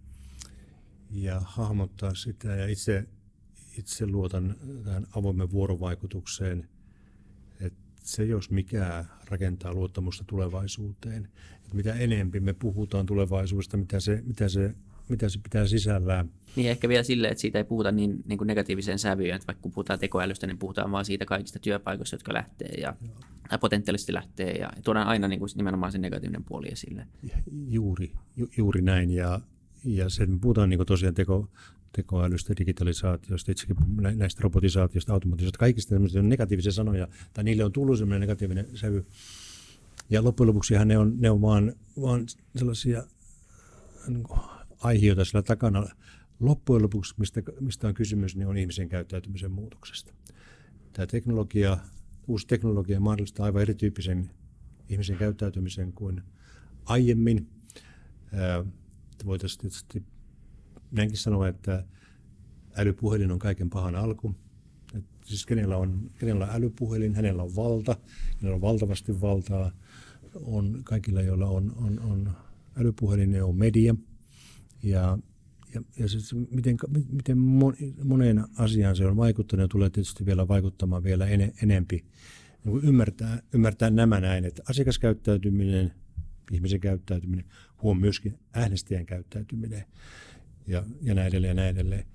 ja hahmottaa sitä. Ja itse, itse luotan tähän avoimen vuorovaikutukseen, että se jos mikä rakentaa luottamusta tulevaisuuteen. Että mitä enemmän me puhutaan tulevaisuudesta, mitä se, mitä se, mitä se pitää sisällään. Niin ehkä vielä silleen, että siitä ei puhuta niin, niin kuin negatiiviseen sävyyn, että vaikka kun puhutaan tekoälystä, niin puhutaan vaan siitä kaikista työpaikoista, jotka lähtee ja, ja potentiaalisesti lähtee ja tuodaan aina niin kuin nimenomaan se negatiivinen puoli esille. Juuri, ju, juuri näin ja, ja se, me puhutaan niin kuin tosiaan teko, tekoälystä, digitalisaatiosta, itsekin näistä robotisaatiosta, automatisaatiosta, kaikista tämmöisiä negatiivisia sanoja, tai niille on tullut semmoinen negatiivinen sävy. Ja loppujen lopuksihan ne on, ne on vaan, vaan sellaisia niin kuin aiheita sillä takana. Loppujen lopuksi, mistä, mistä on kysymys, niin on ihmisen käyttäytymisen muutoksesta. Tämä teknologia, uusi teknologia mahdollistaa aivan erityyppisen ihmisen käyttäytymisen kuin aiemmin. Ää, voitaisiin tietysti näinkin sanoa, että älypuhelin on kaiken pahan alku. Et siis kenellä on, kenellä on älypuhelin, hänellä on valta, hänellä on valtavasti valtaa. On kaikilla, joilla on, on, on älypuhelin, ne on media. Ja, ja, ja siis miten, miten moneen asiaan se on vaikuttanut ja tulee tietysti vielä vaikuttamaan vielä en, enempi. Niin ymmärtää, ymmärtää nämä näin, että asiakaskäyttäytyminen, ihmisen käyttäytyminen, huom myöskin äänestäjän käyttäytyminen ja, ja näin edelleen ja näin edelleen.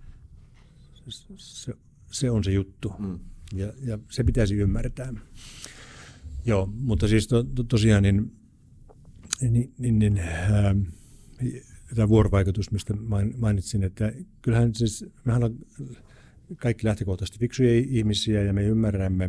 Se, se on se juttu mm. ja, ja se pitäisi ymmärtää. Joo, mutta siis to, to, tosiaan niin, niin, niin, niin ää, tämä vuorovaikutus, mistä mainitsin, että kyllähän siis mehän on kaikki lähtökohtaisesti fiksuja ihmisiä ja me ymmärrämme,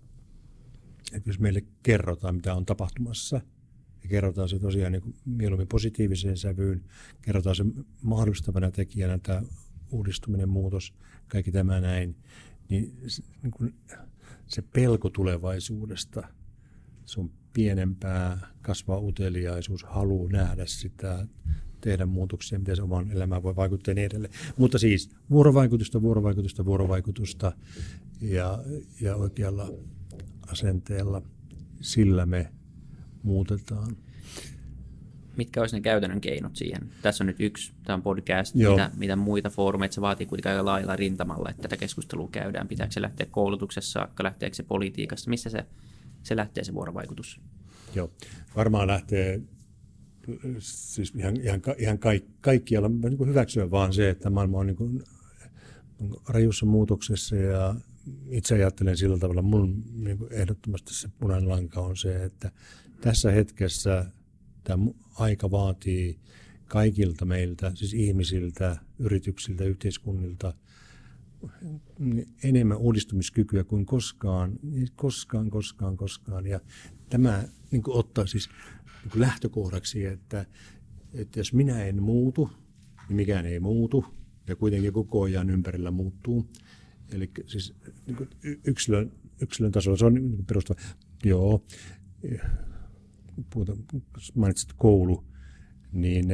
että jos meille kerrotaan, mitä on tapahtumassa, ja kerrotaan se tosiaan niin kuin mieluummin positiiviseen sävyyn, kerrotaan se mahdollistavana tekijänä tämä uudistuminen, muutos, kaikki tämä näin, niin se, niin kuin se pelko tulevaisuudesta, se on pienempää, kasvaa uteliaisuus, halu nähdä sitä, tehdä muutoksia, miten se oman elämään voi vaikuttaa ja niin edelleen. Mutta siis vuorovaikutusta, vuorovaikutusta, vuorovaikutusta ja, ja oikealla asenteella sillä me muutetaan. Mitkä olisi ne käytännön keinot siihen? Tässä on nyt yksi, tämä on podcast, mitä, mitä muita foorumeita, se vaatii kuitenkin aika lailla rintamalla, että tätä keskustelua käydään. Pitääkö se lähteä koulutuksessa saakka, lähteekö se politiikassa, missä se, se lähtee se vuorovaikutus? Joo, varmaan lähtee siis ihan, ihan, ihan kaik, kaikkialla niin kuin hyväksyä vaan se, että maailma on niin kuin rajussa muutoksessa ja itse ajattelen sillä tavalla, mun niin kuin ehdottomasti se punainen lanka on se, että tässä hetkessä tämä aika vaatii kaikilta meiltä, siis ihmisiltä, yrityksiltä, yhteiskunnilta enemmän uudistumiskykyä kuin koskaan, koskaan, koskaan, koskaan. Ja tämä niin kuin ottaa siis niin kuin lähtökohdaksi, että, että jos minä en muutu, niin mikään ei muutu ja kuitenkin koko ajan ympärillä muuttuu. Eli siis niin kuin yksilön, yksilön tasolla se on niin perustava. Joo, puhutaan, mainitsit koulu, niin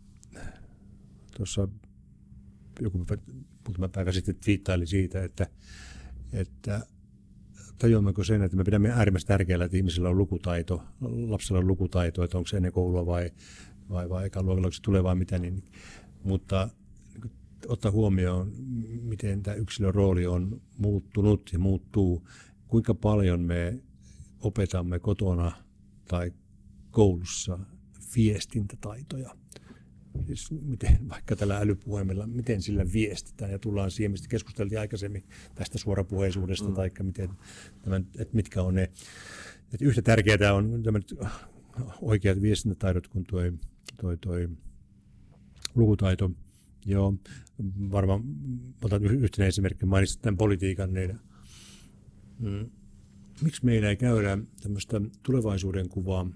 tuossa joku muutama päivä sitten twiittaili siitä, että, että tajuammeko sen, että me pidämme äärimmäisen tärkeällä, että ihmisillä on lukutaito, lapsella on lukutaito, että onko se ennen koulua vai, vai, vai ekaluokalla, onko se tulee vai mitä, niin, mutta ottaa huomioon, miten tämä yksilön rooli on muuttunut ja muuttuu, kuinka paljon me opetamme kotona tai koulussa viestintätaitoja. Siis miten, vaikka tällä älypuhelimella, miten sillä viestitään ja tullaan siihen, mistä keskusteltiin aikaisemmin tästä suorapuheisuudesta mm. tai miten, tämän, että mitkä on ne. Että yhtä tärkeää on oikeat viestintätaidot kuin tuo toi, toi lukutaito. Joo, varmaan otan yhtenä esimerkki, mainitsin tämän politiikan. Niin, mm, miksi meillä ei käydä tämmöistä tulevaisuuden kuvaa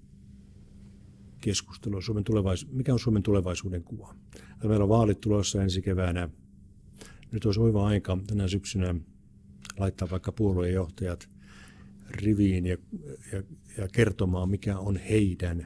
keskustelua, Suomen tulevais- mikä on Suomen tulevaisuuden kuva? Meillä on vaalit tulossa ensi keväänä. Nyt olisi oiva aika tänä syksynä laittaa vaikka puoluejohtajat riviin ja, ja, ja kertomaan, mikä on heidän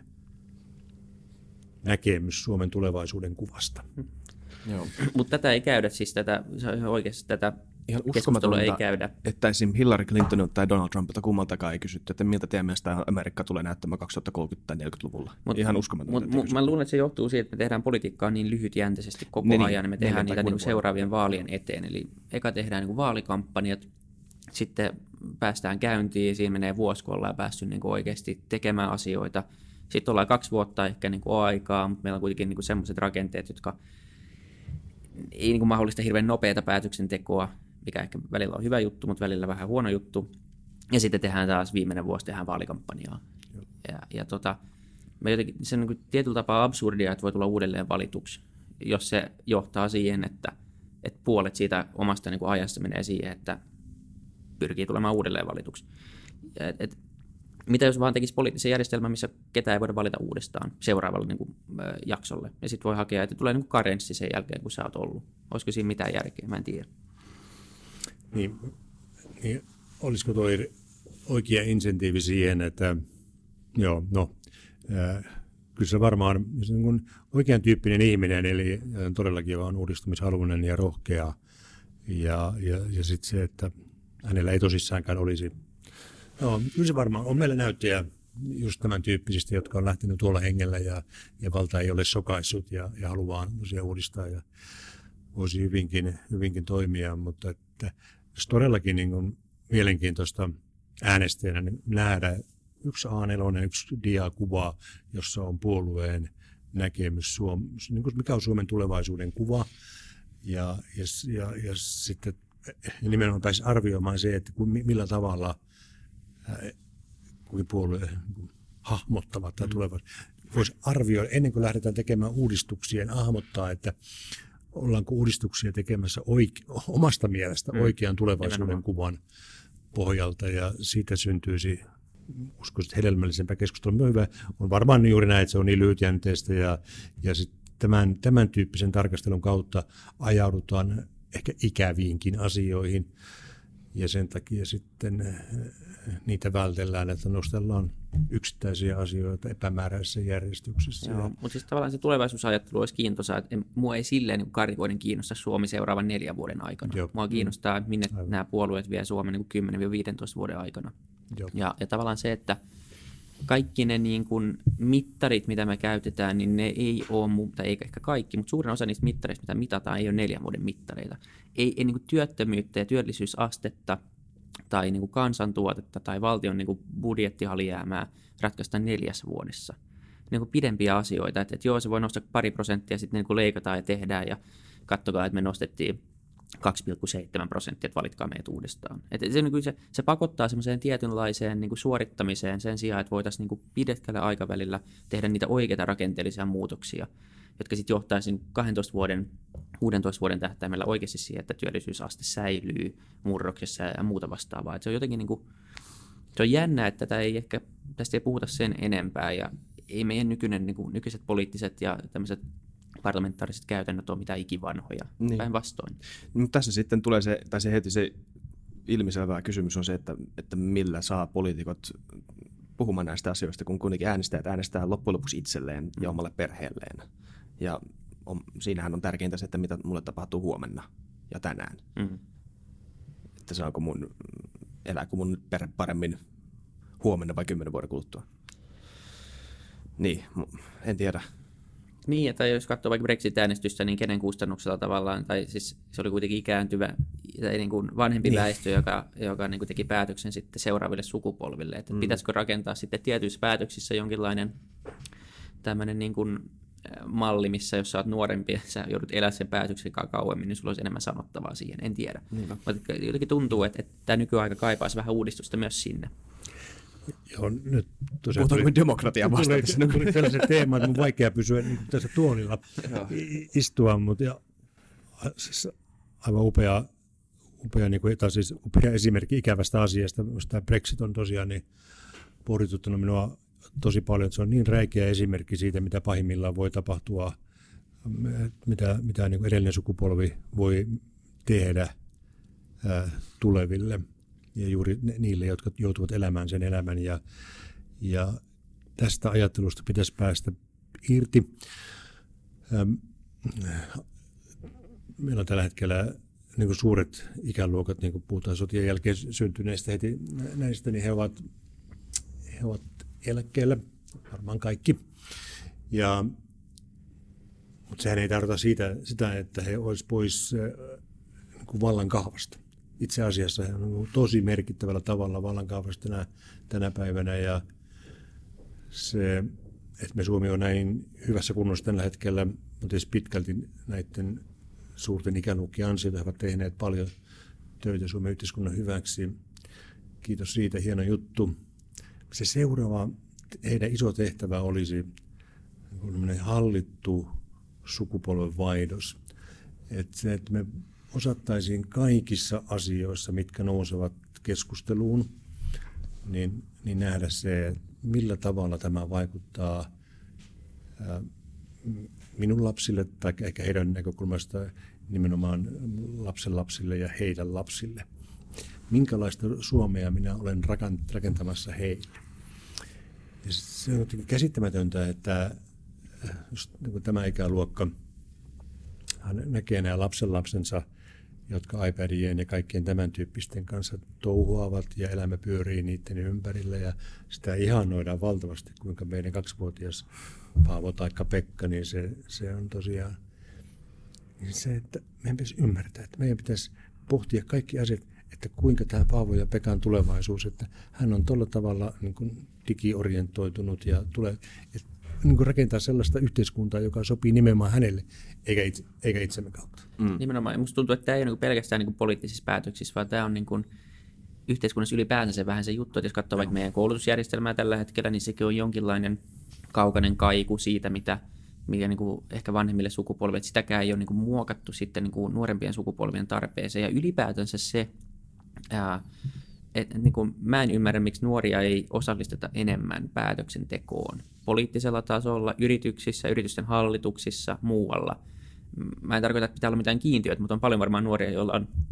näkemys Suomen tulevaisuuden kuvasta. Mutta tätä ei käydä, siis tätä, oikeasti tätä ihan keskustelua ei käydä. Että esimerkiksi Hillary Clinton tai Donald Trumpilta kummaltakaan ei kysytty, että miltä teidän mielestä Amerikka tulee näyttämään kaksituhattakolmekymmentä- tai neljäkymmentäluvulla. Mut, ihan uskomatonta. Mutta mä luulen, että se johtuu siitä, että me tehdään politiikkaa niin lyhytjänteisesti koko niin, ajan, niin me tehdään niin, niitä niin seuraavien vaalien eteen. Eli eka tehdään niin vaalikampanjat, sitten päästään käyntiin, siinä menee vuosi, kun ollaan päässyt niin oikeasti tekemään asioita. Sitten ollaan kaksi vuotta ehkä niin aikaa, mutta meillä on kuitenkin niin sellaiset rakenteet, jotka ei niin mahdollista hirveän nopeata päätöksentekoa, mikä ehkä välillä on hyvä juttu, mutta välillä vähän huono juttu. Ja sitten tehdään taas viimeinen vuosi tehdään vaalikampanjaa. Ja, ja tota, me jotenkin, se on niin tietyllä tapaa absurdia, että voi tulla uudelleen valituksi, jos se johtaa siihen, että, että puolet siitä omasta niin ajasta menee siihen, että pyrkii tulemaan uudelleen valituksi. Et, et, mitä jos vaan tekisi poliittisen järjestelmän, missä ketään ei voida valita uudestaan seuraavalle niin kuin, äh, jaksolle. Ja sitten voi hakea, että tulee niin kuin karenssi sen jälkeen, kun sä oot ollut. Olisiko siinä mitään järkeä? Mä en tiedä. Niin, niin olisiko tuo oikea insentiivi siihen, että joo, no, äh, kyllä se varmaan se on niin oikean tyyppinen ihminen, eli todellakin on uudistumishaluinen ja rohkea. Ja, ja, ja sitten se, että hänellä ei tosissaankaan olisi. No, kyllä se varmaan on meillä näyttöjä just tämän tyyppisistä, jotka on lähtenyt tuolla hengellä ja, ja valta ei ole sokaissut ja, ja haluaa tosiaan uudistaa ja voisi hyvinkin, hyvinkin toimia, mutta että jos todellakin niin kuin mielenkiintoista äänestäjänä niin nähdä yksi A neljä, yksi diakuva, jossa on puolueen näkemys, Suom, niin kuin mikä on Suomen tulevaisuuden kuva ja, ja, ja, ja sitten nimenomaan pääsi arvioimaan se, että millä tavalla kuin puolue hahmottavat tai tulevat. Voisi arvioida, ennen kuin lähdetään tekemään uudistuksia, hahmottaa, että ollaanko uudistuksia tekemässä oike- omasta mielestä mm. oikean tulevaisuuden kuvan pohjalta, ja siitä syntyisi uskoisin hedelmällisempää keskustelua. Hyvä. On varmaan juuri näin, että se on niin lyhytjänteistä, ja, ja sit tämän, tämän tyyppisen tarkastelun kautta ajaudutaan ehkä ikäviinkin asioihin. ja sen takia sitten niitä vältellään, että nostellaan yksittäisiä asioita epämääräisessä järjestyksessä. Joo, mutta siis tavallaan se tulevaisuusajattelu olisi kiintoisaa, että mua ei silleen niin karikoiden kiinnosta Suomi seuraavan neljän vuoden aikana. Joo. Mua kiinnostaa, minne Aivan. nämä puolueet vie Suomen niin kymmenen viisitoista vuoden aikana. Ja, ja tavallaan se, että kaikki ne niin kuin mittarit, mitä me käytetään, niin ne ei ole, tai eikä ehkä kaikki, mutta suurin osa niistä mittareista, mitä mitataan, ei ole neljän vuoden mittareita. Ei, ei niin kuin työttömyyttä ja työllisyysastetta tai niin kuin kansantuotetta tai valtion niin kuin budjettialijäämää ratkaista neljässä vuodessa. Niin kuin pidempiä asioita, että, että joo, se voi nostaa pari prosenttia, sitten niin kuin leikataan ja tehdään ja katsokaa, että me nostettiin kaksi pilkku seitsemän prosenttia, että valitkaa meidät uudestaan. Että se, se, se pakottaa semmoiseen tietynlaiseen niin kuin suorittamiseen sen sijaan, että voitaisiin niin kuin pidetkällä aikavälillä tehdä niitä oikeita rakenteellisia muutoksia, jotka sitten johtaisiin kahdentoista vuoden, kuudentoista vuoden tähtäimellä oikeasti siihen, että työllisyysaste säilyy murroksessa ja muuta vastaavaa. Että se on jotenkin niin kuin, se on jännä, että tätä ei ehkä, tästä ei puhuta sen enempää ja ei meidän nykyinen, niin kuin, nykyiset poliittiset ja tämmöiset parlamentaariset käytännöt on mitään ikivanhoja, niin. Päinvastoin. No, tässä sitten tulee se, tai se heti se ilmiselvä kysymys on se, että, että millä saa poliitikot puhumaan näistä asioista, kun kuitenkin äänestäjät äänestää loppujen lopuksi itselleen ja omalle perheelleen. Ja on, siinähän on tärkeintä se, että mitä mulle tapahtuu huomenna ja tänään. Mm. Että saanko mun, elääkö mun perhe paremmin huomenna vai kymmenen vuoden kuluttua. Niin, en tiedä. Niin, että jos katsoo vaikka Brexit-äänestystä, niin kenen kustannuksella tavallaan, tai siis se oli kuitenkin ikääntyvä tai niin kuin vanhempi niin. väestö, joka, joka niin kuin teki päätöksen sitten seuraaville sukupolville, että mm. pitäisikö rakentaa sitten tietyissä päätöksissä jonkinlainen tämmöinen niin kuin malli, missä jos sä oot nuorempi ja sä joudut elää sen päätöksen kauemmin, niin sulla olisi enemmän sanottavaa siihen, en tiedä. Mm. Mutta jotenkin tuntuu, että, että tämä nykyaika kaipaisi vähän uudistusta myös sinne. Joo, nyt tosiaan puhutaanko me demokratiaa vastaan? Tuli, tuli tällaisen teeman, että on vaikea pysyä niin tässä tuolilla istua, mutta ja, siis aivan upea, upea, niin kuin, siis upea esimerkki ikävästä asiasta. Tämä Brexit on tosiaan niin pohdituttanut minua tosi paljon, että se on niin räikeä esimerkki siitä, mitä pahimmillaan voi tapahtua, mitä, mitä niin kuin edellinen sukupolvi voi tehdä ää, tuleville. Ja juuri niille, jotka joutuvat elämään sen elämän. Ja, ja tästä ajattelusta pitäisi päästä irti. Ähm, meillä on tällä hetkellä niin kuin suuret ikäluokat, niin kuin puhutaan sotien jälkeen syntyneistä heti näistä, niin he ovat, he ovat eläkkeellä, varmaan kaikki. Ja, mutta sehän ei tarkoita siitä, sitä, että he olisivat pois äh, niin kuin vallan kahvasta. Itse asiassa he on tosi merkittävällä tavalla vallankahvasta tänä, tänä päivänä ja se, että me Suomi on näin hyvässä kunnossa tällä hetkellä, mutta tietysti pitkälti näiden suurten ikäluokkien ansioita he ovat tehneet paljon töitä Suomen yhteiskunnan hyväksi. Kiitos siitä, hieno juttu. Se seuraava heidän iso tehtävä olisi hallittu sukupolvenvaihdos. Että se, että me osattaisiin kaikissa asioissa, mitkä nousevat keskusteluun, niin, niin nähdä se, millä tavalla tämä vaikuttaa ää, minun lapsille tai ehkä heidän näkökulmasta nimenomaan lapsenlapsille ja heidän lapsille. Minkälaista Suomea minä olen rakentamassa heille. Ja se on käsittämätöntä, että just niin tämä ikäluokka hän näkee nämä lapsenlapsensa, jotka iPadien ja kaikkien tämän tyyppisten kanssa touhuavat ja elämä pyörii niiden ympärillä ja sitä ihannoidaan valtavasti, kuinka meidän kaksivuotias Paavo tai Pekka, niin se, se on tosiaan niin se, että meidän pitäisi ymmärtää, että meidän pitäisi pohtia kaikki asiat, että kuinka tämä Paavo ja Pekan tulevaisuus, että hän on tuolla tavalla niin kuin digiorientoitunut ja tulee, että niin kuin rakentaa sellaista yhteiskuntaa, joka sopii nimenomaan hänelle, eikä, itse, eikä itsemme kautta. Mm. Nimenomaan. Minusta tuntuu, että tämä ei ole niin pelkästään niin poliittisissa päätöksissä, vaan tämä on niin kuin yhteiskunnassa ylipäänsä se vähän se juttu, että jos katsoo no. vaikka meidän koulutusjärjestelmää tällä hetkellä, niin sekin on jonkinlainen kaukainen kaiku siitä, mitä, mikä niin kuin ehkä vanhemmille sukupolville, että sitäkään ei ole niin kuin muokattu sitten niin kuin nuorempien sukupolvien tarpeeseen. Ja ylipäätänsä se, ää, että niin kuin mä en ymmärrä, miksi nuoria ei osallisteta enemmän päätöksentekoon. Poliittisella tasolla, yrityksissä, yritysten hallituksissa, muualla. Mä en tarkoita, että pitää olla mitään kiintiöitä, mutta on paljon varmaan nuoria, joilla on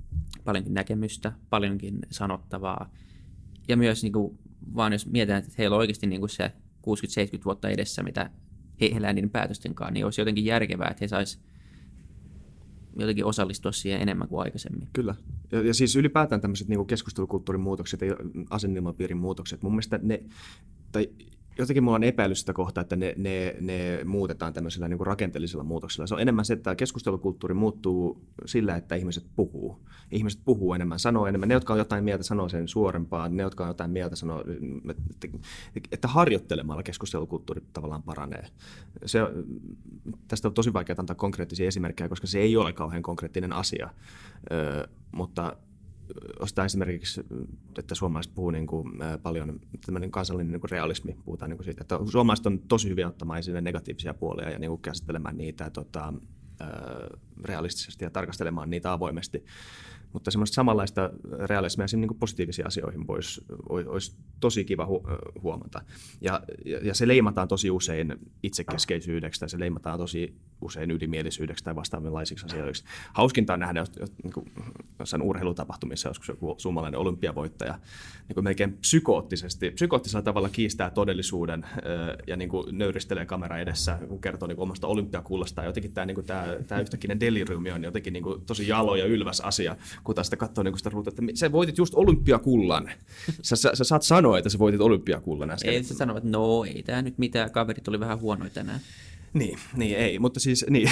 paljonkin näkemystä, paljonkin sanottavaa. Ja myös niin kuin, vaan jos mietitään, että heillä on oikeasti niin kuin se kuusikymmentä seitsemänkymmentä vuotta edessä, mitä he elää niiden päätösten kanssa, niin olisi jotenkin järkevää, että he saisivat jotenkin osallistua siihen enemmän kuin aikaisemmin. Kyllä. Ja, ja siis ylipäätään tämmöiset niin kuin keskustelukulttuurin muutokset ja asenneilmapiirin muutokset, mun mielestä ne, tai jotenkin mulla on epäilys sitä kohtaa, että ne, ne, ne muutetaan tämmöisellä niin kuin rakenteellisella muutoksella. Se on enemmän se, että keskustelukulttuuri muuttuu sillä, että ihmiset puhuu. Ihmiset puhuu enemmän, sanoo enemmän. Ne, jotka on jotain mieltä, sanoo sen suorempaan. Ne, jotka on jotain mieltä, sanoo, että, että harjoittelemalla keskustelukulttuuri tavallaan paranee. Se, tästä on tosi vaikea antaa konkreettisia esimerkkejä, koska se ei ole kauhean konkreettinen asia, Ö, mutta ostaa esimerkiksi, että suomalaiset puhuu niin kuin, ä, paljon, tämmöinen kansallinen niin kuin realismi, puhutaan niin kuin siitä, että suomalaiset on tosi hyviä ottamaan esille negatiivisia puolia ja niin kuin käsittelemään niitä tota, ä, realistisesti ja tarkastelemaan niitä avoimesti. Mutta semmoista samanlaista realismia niin kuin positiivisiin asioihin voisi, olisi tosi kiva hu- huomata. Ja, ja se leimataan tosi usein itsekeskeisyydeksi tai se leimataan tosi usein ylimielisyydeksi tai vastaavanlaisiksi asioiksi. Hauskinta on nähdä, jos, niin kuin jossain urheilutapahtumissa joskus joku suomalainen olympiavoittaja niin kuin melkein psykoottisesti, psykoottisella tavalla kiistää todellisuuden ja niin kuin nöyristelee kamera edessä, kun kertoo niin kuin omasta olympiakullastaan. Jotenkin tämä, niin kuin tämä, tämä yhtäkkiä deliriumi on jotenkin niin kuin tosi jalo ja ylväs asia, kun taas sitä katsoo niin sitä ruutua, että sä voitit just olympiakullan. Sä, sä, sä saat sanoa, että sä voitit olympiakullan äsken. Ei sä sano, että no ei tämä nyt mitään, kaverit oli vähän huonoja tänään. Niin, niin ei, mutta siis, niin,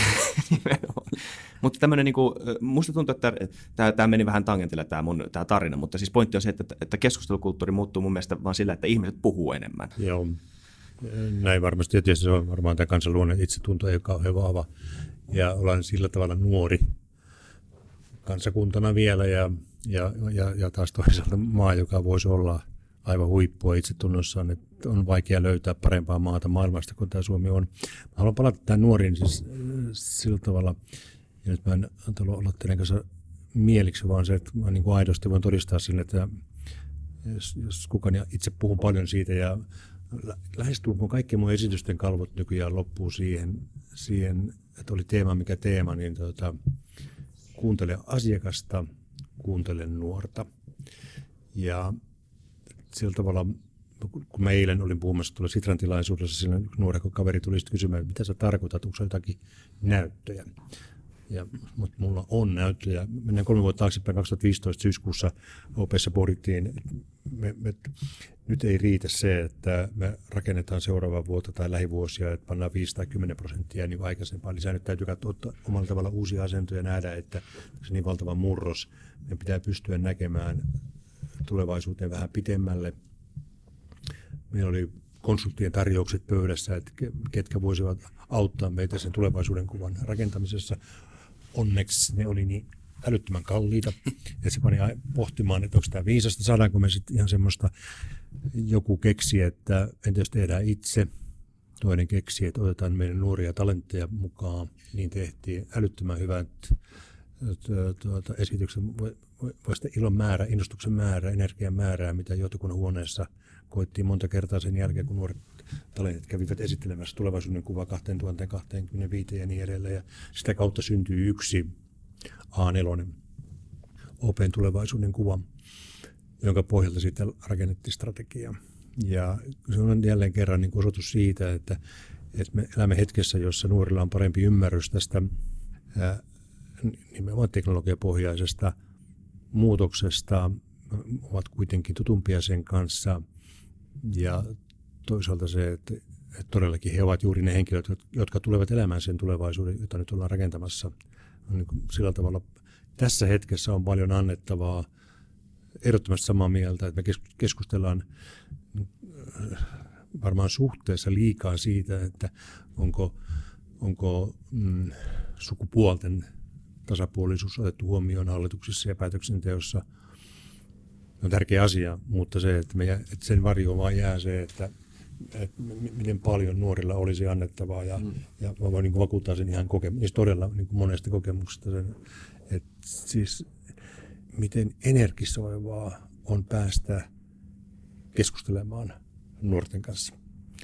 mutta tämmöinen niinku, musta tuntuu, että tämä, tämä meni vähän tangentille tämä mun tämä tarina, mutta siis pointti on se, että, että keskustelukulttuuri muuttuu mun mielestä vaan sillä, että ihmiset puhuu enemmän. Joo, näin varmasti, ja tietysti se on varmaan tämä kansanluonne itsetunto ei ole kauhean vahva, ja ollaan sillä tavalla nuori kansakuntana vielä, ja, ja, ja, ja taas toisaalta maa, joka voisi olla aivan huippua itsetunnossaan, että on vaikea löytää parempaa maata maailmasta kuin tämä Suomi on. Mä haluan palata tähän nuoriin siis sillä tavalla, ja nyt mä en antanut olla teidän kanssa mieliksi, vaan se, että mä niin kuin aidosti voin todistaa sinne, että jos, jos kukaan itse puhun paljon siitä, ja lähestulkoon kaikki mun esitysten kalvot nykyään loppuu siihen, siihen että oli teema mikä teema, niin tuota, kuuntele asiakasta, kuuntele nuorta. Ja sillä tavalla, kun mä eilen olin puhumassa tuolla Sitran tilaisuudessa, siinä nuori kaveri tuli sitten kysymään, mitä sä tarkoitat, onko se jotakin näyttöjä. Ja, mutta mulla on näyttöjä. Mennään kolme vuotta taaksepäin, kaksituhattaviisitoista syyskuussa O P:ssä pohdittiin, me, me, nyt ei riitä se, että me rakennetaan seuraavaa vuotta tai lähivuosia, että pannaan viisi tai kymmenen prosenttia niin kuin aikaisempaa lisää. Nyt täytyy katsoa omalla tavalla uusia asentoja ja nähdä, että se niin valtava murros. Meidän pitää pystyä näkemään tulevaisuuteen vähän pitemmälle. Meillä oli konsulttien tarjoukset pöydässä, että ketkä voisivat auttaa meitä sen tulevaisuuden kuvan rakentamisessa. Onneksi ne oli niin älyttömän kalliita, että se pani pohtimaan, että onko tämä viisasta, saadaanko me sitten ihan semmoista, joku keksi, että entä jos tehdään itse, toinen keksi, että otetaan meidän nuoria talentteja mukaan, niin tehtiin älyttömän hyvät tuota, esitykset, voi sitä ilon määrä, innostuksen määrä, energian määrää, mitä johtokunnan huoneessa koettiin monta kertaa sen jälkeen, kun nuoret talentit kävivät esittelemässä tulevaisuuden kuva kaksituhattakaksikymmentäviisi ja niin edelleen. Ja sitä kautta syntyy yksi A neljä O P:n tulevaisuuden kuva, jonka pohjalta sitten rakennettiin strategiaa. Ja se on jälleen kerran niin osoitus siitä, että, että me elämme hetkessä, jossa nuorilla on parempi ymmärrys tästä ää, nimenomaan teknologiapohjaisesta muutoksesta, ovat kuitenkin tutumpia sen kanssa. Ja toisaalta se, että, että todellakin he ovat juuri ne henkilöt, jotka tulevat elämään sen tulevaisuuden, jota nyt ollaan rakentamassa. Niin sillä tavalla tässä hetkessä on paljon annettavaa. Ehdottomasti samaa mieltä, että me keskustellaan varmaan suhteessa liikaa siitä, että onko, onko mm, sukupuolten tasapuolisuus otettu huomioon hallituksissa ja päätöksenteossa. On tärkeä asia, mutta se, että, me, että sen varjoon vaan jää se, että, että miten paljon nuorilla olisi annettavaa. Ja, mm. ja mä voin niin vakuuttaa sen ihan kokemuksesta, siis todella niin monesta kokemuksesta sen, että siis miten energisoivaa on päästä keskustelemaan nuorten kanssa.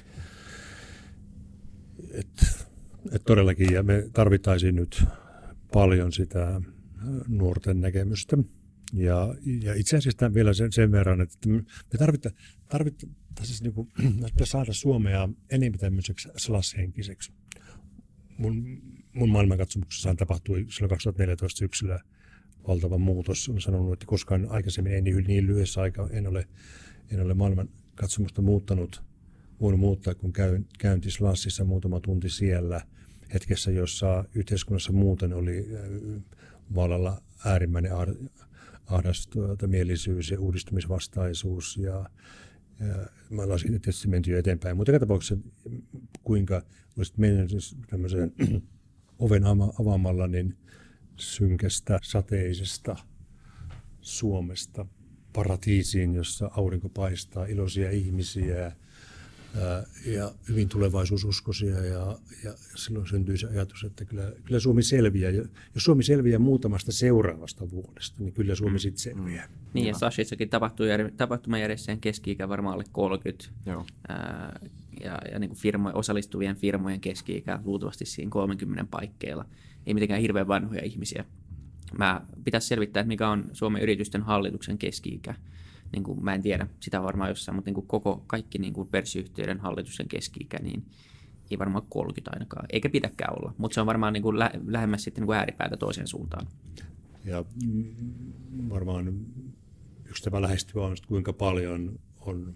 Että et todellakin, ja me tarvittaisiin nyt paljon sitä nuorten näkemystä. Ja, ja itse asiassa vielä sen, sen verran, että me tarvitaan, tarvitaan siis niin kuin, saada Suomea enemmän tämmöiseksi slash-henkiseksi. Mun, mun maailmankatsomuksessaan tapahtui silloin kaksituhattaneljätoista syksyllä valtava muutos. Olen sanonut, että koskaan aikaisemmin ei niin, niin lyhyessä aikaa en ole, en ole maailmankatsomusta muuttanut, voinut muuttaa, kun käyn, käynti Slashissa muutama tunti siellä hetkessä, jossa yhteiskunnassa muuten oli vallalla äärimmäinen ahdas tuota, mielisyys ja uudistumisvastaisuus. Ja, ja me ollaan siitä tietysti menty jo eteenpäin. Mutta joka tapauksessa, kuinka olisit mennyt tämmöiseen oven avaamalla, niin synkästä, sateisesta Suomesta paratiisiin, jossa aurinko paistaa, iloisia ihmisiä ää, ja hyvin tulevaisuususkoisia. Ja, ja silloin syntyi se ajatus, että kyllä, kyllä Suomi selviää. Jos Suomi selviää muutamasta seuraavasta vuodesta, niin kyllä Suomi sitten selviää. Mm. Niin, ja Slashissakin tapahtumajärjestäjän keski-ikä varmaan alle kolmekymmentä. Joo. Ää, ja, ja niin kuin firmo, osallistuvien firmojen keski-ikä luultavasti siinä kolmekymmentä paikkeilla. Ei mitenkään hirveän vanhoja ihmisiä. Mä pitäisi selvittää, että mikä on Suomen yritysten hallituksen keski-ikä. Niin kuin, mä en tiedä, sitä varmaan jossain, mutta niin kuin koko, kaikki niin kuin pörssiyhtiöiden hallituksen keski-ikä, niin ei varmaan kolmekymmentä ainakaan, eikä pidäkään olla. Mutta se on varmaan niin kuin lä- lähemmäs sitten niin kuin ääripäätä toiseen suuntaan. Ja varmaan yksi tapa lähestyä on, kuinka paljon on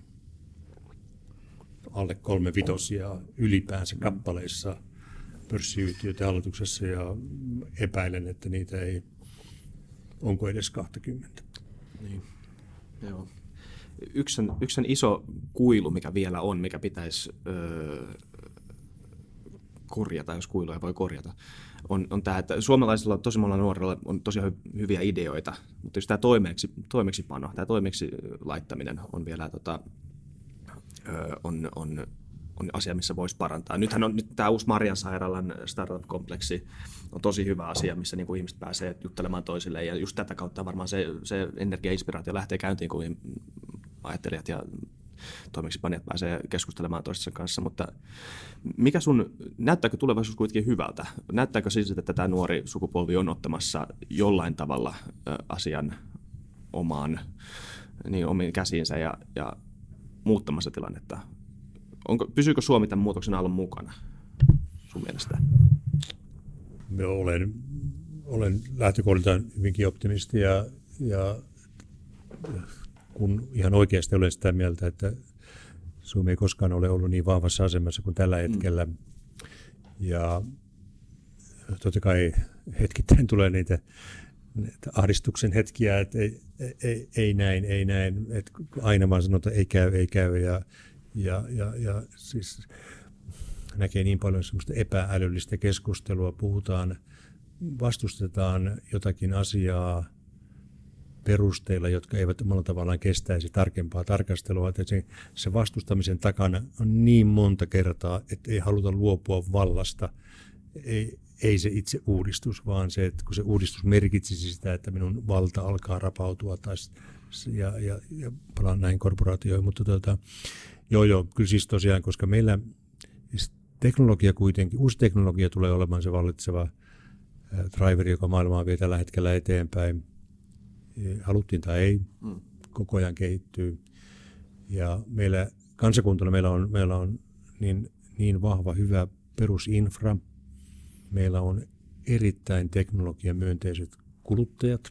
alle kolme vitosia ylipäänsä kappaleissa pörssiyhtiöiden hallituksessa, ja epäilen, että niitä ei, onko edes kaksikymmentä. Niin. Joo. Yksi, yksi iso kuilu, mikä vielä on, mikä pitäisi öö, korjata, jos kuiluja voi korjata, on, on tämä, että suomalaisilla tosi monella nuorilla on tosi hyviä ideoita, mutta jos tämä toimeksi, toimeksipano, tämä toimeksi laittaminen on vielä tota, öö, on, on, on asia, missä voisi parantaa. Nythän on nyt tämä uusi Mariansairaalan startup-kompleksi on tosi hyvä asia, missä niin kuin ihmiset pääsee juttelemaan toisilleen, ja just tätä kautta varmaan se, se energia-inspiraatio lähtee käyntiin, kun ajattelijat ja toimeksipanijat pääsee keskustelemaan toistensa kanssa, mutta mikä sun, näyttääkö tulevaisuus kuitenkin hyvältä? Näyttääkö siis, että tämä nuori sukupolvi on ottamassa jollain tavalla asian omaan, niin omiin käsiinsä ja, ja muuttamassa tilannetta? Onko, pysyykö Suomi tämän muutoksen alla mukana sun mielestä? Mä olen, olen lähtökohdiltaan hyvinkin optimisti ja, ja kun ihan oikeasti olen sitä mieltä, että Suomi ei koskaan ole ollut niin vahvassa asemassa kuin tällä hetkellä. Mm. Ja totta kai hetkittäin tulee niitä, niitä ahdistuksen hetkiä, että ei, ei, ei näin, ei näin. Että aina vaan sanotaan, ei käy, ei käy. Ja, ja, ja, ja siis näkee niin paljon semmoista epä-älyllistä keskustelua. Puhutaan, vastustetaan jotakin asiaa perusteilla, jotka eivät omalla tavallaan kestäisi tarkempaa tarkastelua. Että se, se vastustamisen takana on niin monta kertaa, että ei haluta luopua vallasta. Ei, ei se itse uudistus, vaan se, että kun se uudistus merkitsisi sitä, että minun valta alkaa rapautua taas, ja, ja, ja palaan näihin korporaatioihin. Mutta tuota, joo, joo, kyllä siis tosiaan, koska meillä siis teknologia kuitenkin, uusi teknologia tulee olemaan se vallitseva driveri, joka maailmaa vie tällä hetkellä eteenpäin. Haluttiin tai ei, mm. koko ajan kehittyy. Ja meillä kansakuntana meillä on, meillä on niin, niin vahva, hyvä perusinfra. Meillä on erittäin teknologiamyönteiset kuluttajat.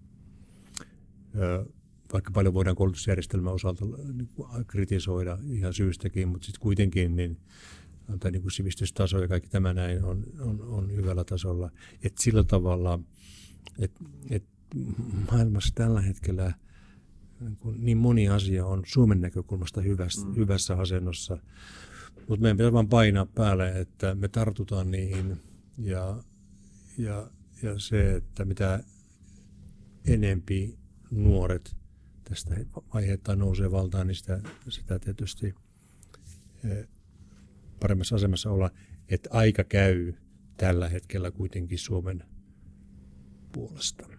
Vaikka paljon voidaan koulutusjärjestelmän osalta kritisoida ihan syystäkin, mutta sitten kuitenkin niin, niin kuin sivistystaso ja kaikki tämä näin on, on, on hyvällä tasolla. Et sillä tavalla, että et maailmassa tällä hetkellä niin moni asia on Suomen näkökulmasta hyvässä, mm. hyvässä asennossa, mutta meidän pitää vain painaa päälle, että me tartutaan niihin ja, ja, ja se, että mitä enempi nuoret tästä vaiheittain nousee valtaan, niin sitä, sitä tietysti paremmassa asemassa olla, että aika käy tällä hetkellä kuitenkin Suomen puolesta.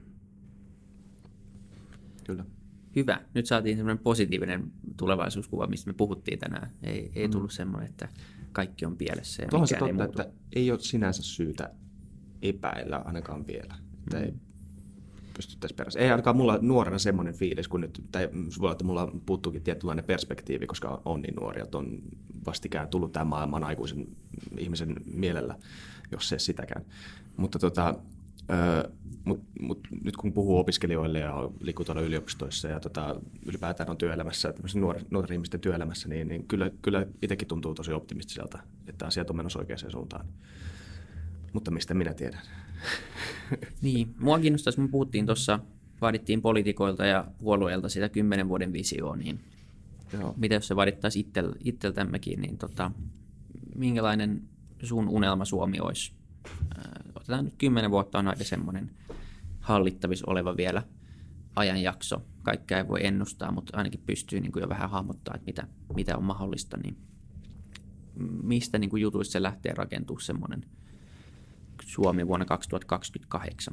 Kyllä. Hyvä. Nyt saatiin semmoinen positiivinen tulevaisuuskuva, mistä me puhuttiin tänään. Ei, ei tullut mm. semmoinen, että kaikki on pielessä ja Tuohan mikään se ei totta, muutu. Että ei ole sinänsä syytä epäillä ainakaan vielä. Että ei, pystyttäisiin perässä. Ei ainakaan mulla nuorena semmoinen fiilis, kun nyt, tai voi olla, että mulla puuttuukin tietynlainen perspektiivi, koska on niin nuori, että on vastikään tullut tämän maailman aikuisen ihmisen mielellä, jos se sitäkään. Mutta tota, Öö, mut, mut nyt kun puhuu opiskelijoille ja liikkuu tuolla yliopistoissa ja tota, ylipäätään on työelämässä, nuor, nuorten ihmisten työelämässä, niin, niin kyllä, kyllä itsekin tuntuu tosi optimistiselta, että asiat on menossa oikeaan suuntaan. Mutta mistä minä tiedän? Niin, mua kiinnostaisi, kun puhuttiin tuossa, vaadittiin poliitikoilta ja puolueilta sitä kymmenen vuoden visioa, niin joo. Mitä jos se vaadittaisiin ittel, itseltämmekin, niin tota, minkälainen sun unelma Suomi olisi? Otetaan nyt kymmenen vuotta on aika semmoinen hallittavissa oleva vielä ajanjakso. Kaikkea ei voi ennustaa, mutta ainakin pystyy niin kuin jo vähän hahmottaa, että mitä, mitä on mahdollista. Niin mistä niin kuin jutuissa se lähtee rakentumaan semmoinen Suomi vuonna kaksituhattakaksikymmentäkahdeksan?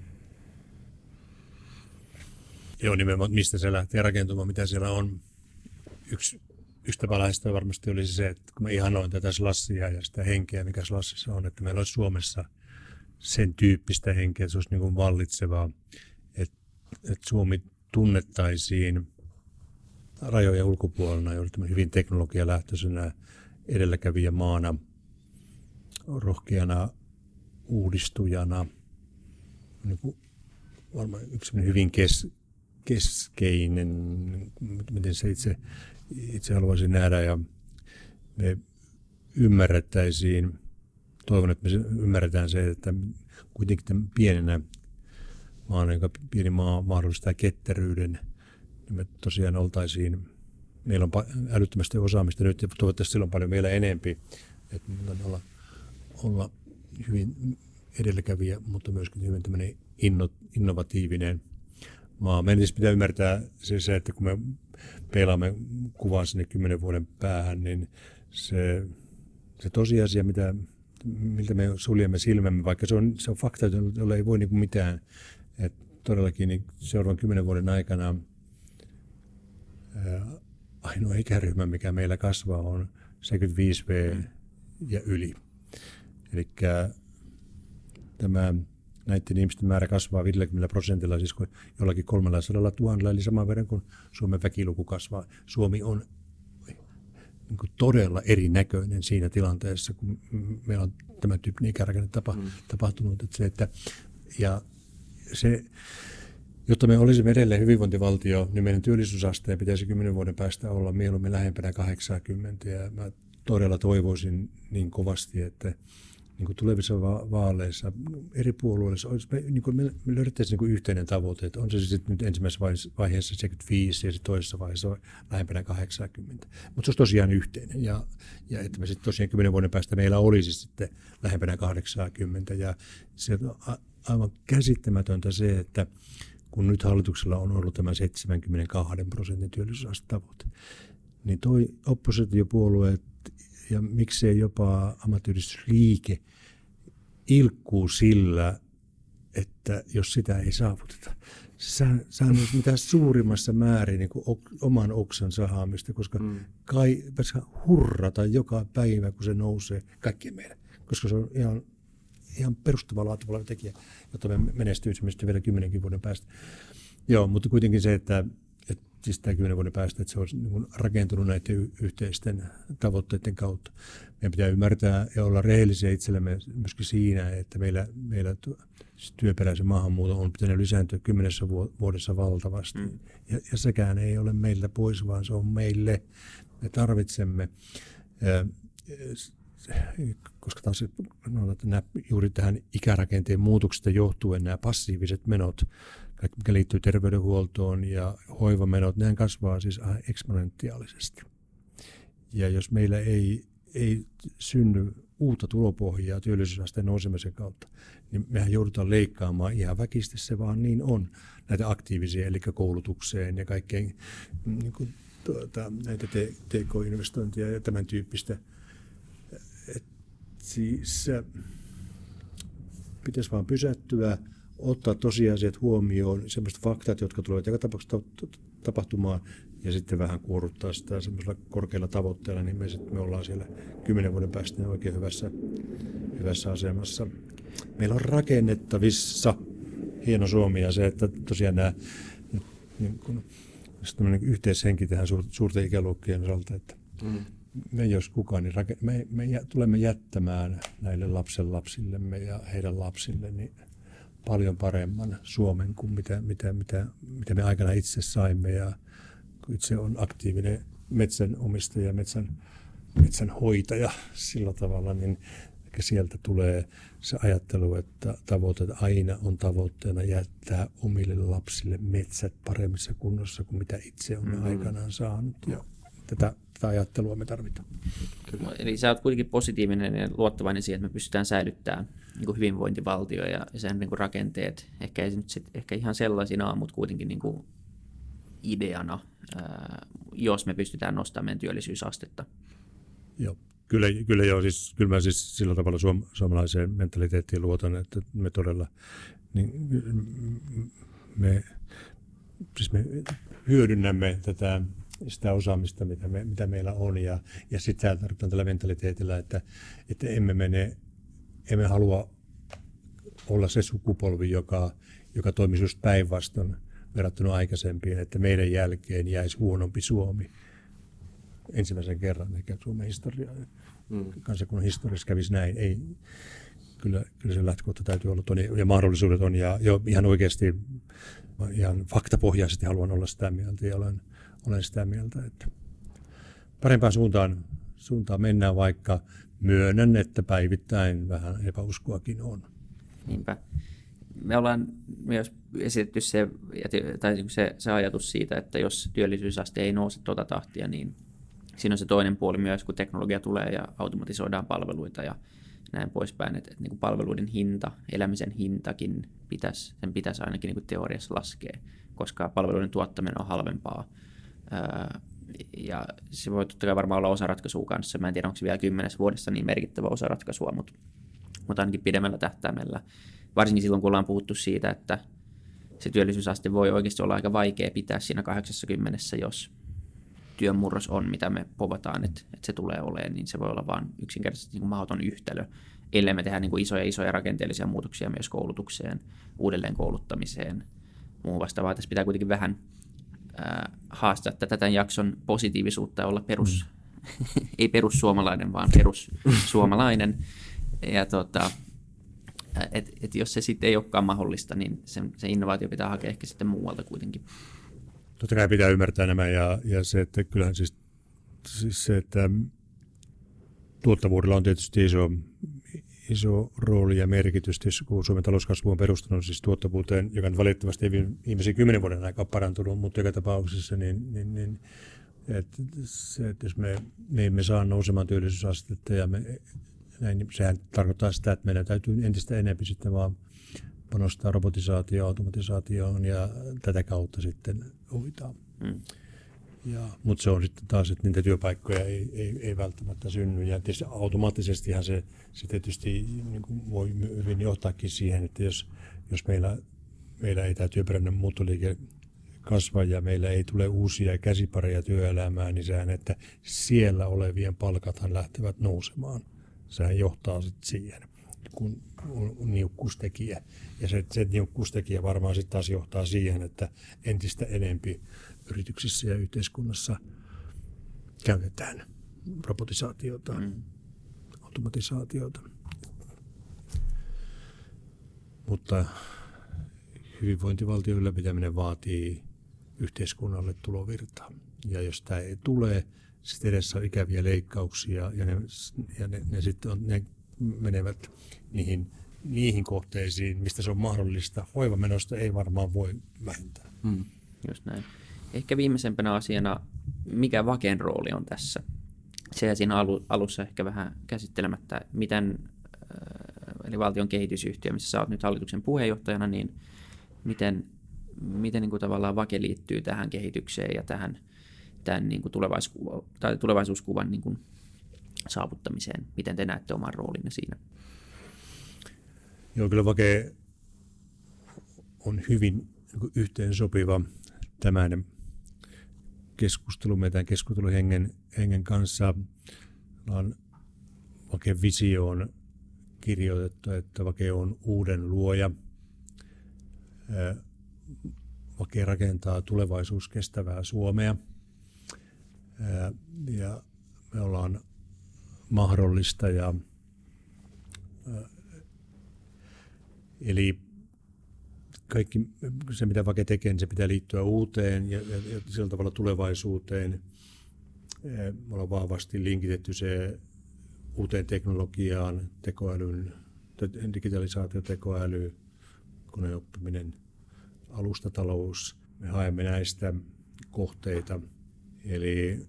Joo, nimenomaan mistä se lähtee rakentumaan, mitä siellä on. Yksi, yksi tapa lähestyä varmasti olisi se, että kun mä ihanoin tätä slassia ja sitä henkeä, mikä slassissa on, että meillä olisi Suomessa sen tyyppistä henkeä, että se olisi niin kuin vallitsevaa, että, että Suomi tunnettaisiin rajojen ulkopuolella, jolla hyvin teknologialähtöisenä edelläkävijä maana, rohkeana uudistujana, niin kuin varmaan yksi hyvin kes, keskeinen, miten se itse, itse haluaisin nähdä, ja me ymmärrettäisiin, toivon, että me ymmärretään se, että kuitenkin tämän pienenä maana, joka pieni maa mahdollistaa ketteryyden, niin me tosiaan oltaisiin, meillä on älyttömästi osaamista nyt ja toivottavasti sillä on paljon vielä enempi, että me olla, olla hyvin edelläkävijä, mutta myöskin hyvin tämmöinen inno, innovatiivinen maa. Meidän siis pitää ymmärtää se, se, että kun me peilaamme kuvaa sinne kymmenen vuoden päähän, niin se, se tosiasia, mitä, miltä me suljemme silmämme, vaikka se on, se on fakta, jolla ei voi niin kuin mitään. Että todellakin niin seuraavan kymmenen vuoden aikana ää, ainoa ikäryhmä, mikä meillä kasvaa, on seitsemänkymmentäviisi vuotiaat ja yli. Eli tämä näiden ihmisten määrä kasvaa viidelläkymmenellä prosentilla, siis jollakin kolmellasadalla tuhannella, eli saman verran kuin Suomen väkiluku kasvaa. Suomi on niin kuin todella erinäköinen siinä tilanteessa, kun meillä on tämä tyyppinen ikärakenne tapa, mm. tapahtunut. Että se, että, ja se, jotta me olisimme edelleen hyvinvointivaltio, niin meidän työllisyysasteen pitäisi kymmenen vuoden päästä olla mieluummin lähempänä kahdeksankymmentä. Ja mä todella toivoisin niin kovasti, että niin kuin tulevissa va- vaaleissa eri puolueissa olisi, me, niin kuin me, me löydettäisiin niin kuin yhteinen tavoite, että on se sitten nyt ensimmäisessä vaiheessa seitsemänkymmentäviisi ja sitten toisessa vaiheessa lähempänä kahdeksankymmentä. Mutta se olisi tosiaan yhteinen ja, ja että me sitten tosiaan kymmenen vuoden päästä meillä olisi sitten lähempänä kahdeksankymmentä ja se on a- aivan käsittämätöntä se, että kun nyt hallituksella on ollut tämä seitsemänkymmentäkaksi prosentin työllisyysastetavoite, niin toi oppositiopuolueet ja miksei jopa ammattiyhdistysliike ilkkuu sillä, että jos sitä ei saavuteta. Se on mitä suurimmassa määrin niin kuin oman oksan sahaamista, koska mm. kai hurrata joka päivä, kun se nousee kaikkien meidän. Koska se on ihan, ihan perustavanlaatuinen tekijä, jotta me menestyisimme sitten vielä kymmenenkin vuoden päästä. Joo, mutta kuitenkin se, että siis tämä kymmenen vuoden päästä, että se on niin rakentunut näiden yhteisten tavoitteiden kautta. Meidän pitää ymmärtää ja olla rehellisiä itsellemme myöskin siinä, että meillä, meillä työperäisen maahanmuuton on pitänyt lisääntyä kymmenessä vuodessa valtavasti. Mm. Ja, ja sekään ei ole meiltä pois, vaan se on meille. Me tarvitsemme, ja, koska taas no, nämä, juuri tähän ikärakenteen muutoksesta johtuen nämä passiiviset menot, kaikki mikä liittyy terveydenhuoltoon ja hoivamenot, nehän kasvaa siis eksponentiaalisesti. Ja jos meillä ei, ei synny uutta tulopohjaa työllisyysasteen nousemisen kautta, niin mehän joudutaan leikkaamaan ihan väkisti, se vaan niin on. Näitä aktiivisia, eli koulutukseen ja kaikkeen niin kuin, tuota, näitä T K-investointia ja tämän tyyppistä. Et siis pitäisi vaan pysähtyä, ottaa tosiasiat huomioon, semmoiset faktat, jotka tulevat joka tapauksessa tapahtumaan, ja sitten vähän kuoruttaa sitä semmoisella korkealla tavoitteella, niin me, me ollaan siellä kymmenen vuoden päästä oikein hyvässä, hyvässä asemassa. Meillä on rakennettavissa hieno Suomi ja se, että tosiaan nämä niin kuin, yhteishenki tähän suurten ikäluokkien osalta, että mm. me jos kukaan, niin rake, me, me jä, tulemme jättämään näille lapsenlapsillemme ja heidän lapsille niin paljon paremman Suomen kuin mitä, mitä, mitä, mitä me aikana itse saimme. Ja kun itse on aktiivinen metsänomistaja, metsän, metsän hoitaja sillä tavalla, niin sieltä tulee se ajattelu, että tavoite aina on tavoitteena jättää omille lapsille metsät paremmissa kunnossa kuin mitä itse on mm-hmm. aikanaan saanut. Ja tätä, tätä ajattelua me tarvitaan. Kyllä. Eli sä oot kuitenkin positiivinen ja luottavainen siihen, että me pystytään säilyttämään niin kuin hyvinvointivaltio ja sen niin kuin rakenteet. Ehkä ei nyt sit, ehkä ihan sellaisina, mutta kuitenkin niin kuin ideana, ää, jos me pystytään nostamaan meidän työllisyysastetta. Joo. Kyllä, kyllä joo, siis, kyllä mä siis sillä tavalla suom, suomalaiseen mentaliteettiin luotan, että me todella niin me, siis me hyödynnämme tätä, sitä osaamista, mitä, me, mitä meillä on, ja, ja sitä tarkoitan tällä mentaliteetillä, että, että emme, mene, emme halua olla se sukupolvi, joka, joka toimisi just päinvastoin verrattuna aikaisempiin, että meidän jälkeen jäisi huonompi Suomi. Ensimmäisen kerran ehkä Suomen historia, mm. kansakunnan historiassa kävisi näin. Ei, kyllä, kyllä se lähtökohta täytyy olla ton, ja mahdollisuudet on, ja jo ihan oikeasti ihan faktapohjaisesti haluan olla sitä mieltä, ja olen, olen sitä mieltä, että parempaan suuntaan, suuntaan mennään, vaikka myönnän, että päivittäin vähän epäuskoakin on. Niinpä. Me ollaan myös esitetty se, tai se, se ajatus siitä, että jos työllisyysaste ei nouse tuota tahtia, niin siinä on se toinen puoli myös, kun teknologia tulee ja automatisoidaan palveluita ja näin poispäin, että, että niin kuin palveluiden hinta, elämisen hintakin pitäisi, sen pitäisi ainakin niin kuin teoriassa laskea, koska palveluiden tuottaminen on halvempaa. Ää, ja se voi totta kai varmaan olla osa ratkaisua kanssa. Mä en tiedä, onko se vielä kymmenessä vuodessa niin merkittävä osa ratkaisua, mutta, mutta ainakin pidemmällä tähtäimellä. Varsinkin silloin, kun ollaan puhuttu siitä, että se työllisyysaste voi oikeasti olla aika vaikea pitää siinä kahdeksankymmentä, jos työn murros on, mitä me povataan, että, että se tulee olemaan, niin se voi olla vain yksinkertaisesti niin kuin mahdoton yhtälö, ellei me tehdä niin kuin isoja isoja rakenteellisia muutoksia myös koulutukseen, uudelleen kouluttamiseen, muuhun vastaavaa. Tässä pitää kuitenkin vähän äh, haastaa tätä tämän jakson positiivisuutta ja olla perus, mm. ei perussuomalainen, vaan perussuomalainen. Ja tota, et, et jos se sitten ei olekaan mahdollista, niin se, se innovaatio pitää hakea ehkä sitten muualta kuitenkin. Totta kai pitää ymmärtää nämä, ja, ja se, että kyllähän siis, siis se, että tuottavuudella on tietysti iso, iso rooli ja merkitys, kun Suomen talouskasvu on perustunut siis tuottavuuteen, joka nyt valitettavasti ei viimeisen kymmenen vuoden aikaa parantunut, mutta joka tapauksessa, niin, niin, niin että se, että jos me, me emme saa nousemaan työllisyysastetta, ja me, näin, niin sehän tarkoittaa sitä, että meidän täytyy entistä enemmän sitten vaan panostaa robotisaatioon, automatisaatioon ja tätä kautta sitten hoitaa. Mm. Ja, mutta se on sitten taas, että niitä työpaikkoja ei, ei, ei välttämättä synny. Ja tietysti automaattisestihan se, se tietysti niin kuin voi hyvin johtaakin siihen, että jos, jos meillä, meillä ei tämä työperäinen muuttoliike kasva ja meillä ei tule uusia käsipareja työelämään, niin sehän, että siellä olevien palkathan lähtevät nousemaan. Sehän johtaa sitten siihen, kun on niukkuustekijä. Ja se, se niukkuustekijä varmaan sitten taas johtaa siihen, että entistä enempi yrityksissä ja yhteiskunnassa käytetään robotisaatiota, mm. automatisaatiota. Mutta hyvinvointivaltion ylläpitäminen vaatii yhteiskunnalle tulovirtaa. Ja jos tämä ei tule, sitten edessä on ikäviä leikkauksia ja ne, ja ne, ne sitten on, ne menevät niihin, niihin kohteisiin, mistä se on mahdollista. Hoivamenosta ei varmaan voi vähentää. Hmm. Just näin. Ehkä viimeisempänä asiana, mikä Vaken rooli on tässä? Se siinä alussa ehkä vähän käsittelemättä, miten, eli valtion kehitysyhtiö, missä sä oot nyt hallituksen puheenjohtajana, niin miten, miten niin kuin tavallaan Vake liittyy tähän kehitykseen ja tähän tämän niin kuin tulevaisuuskuvan, tai tulevaisuuskuvan niin kuin saavuttamiseen. Miten te näette oman roolinne siinä? Joo, kyllä Vake on hyvin yhteensopiva tämän keskustelumme, tämän keskusteluhengen hengen kanssa. On Vaken visioon kirjoitettu, että Vake on uuden luoja. Vake rakentaa tulevaisuuskestävää Suomea. Ja me ollaan mahdollista ja eli kaikki se, mitä Vake tekee, niin se pitää liittyä uuteen ja, ja, ja sillä tavalla tulevaisuuteen. Me ollaan vahvasti linkitetty se uuteen teknologiaan, tekoälyn, digitalisaatio, tekoäly, koneoppiminen, alustatalous. Me haemme näistä kohteita. Eli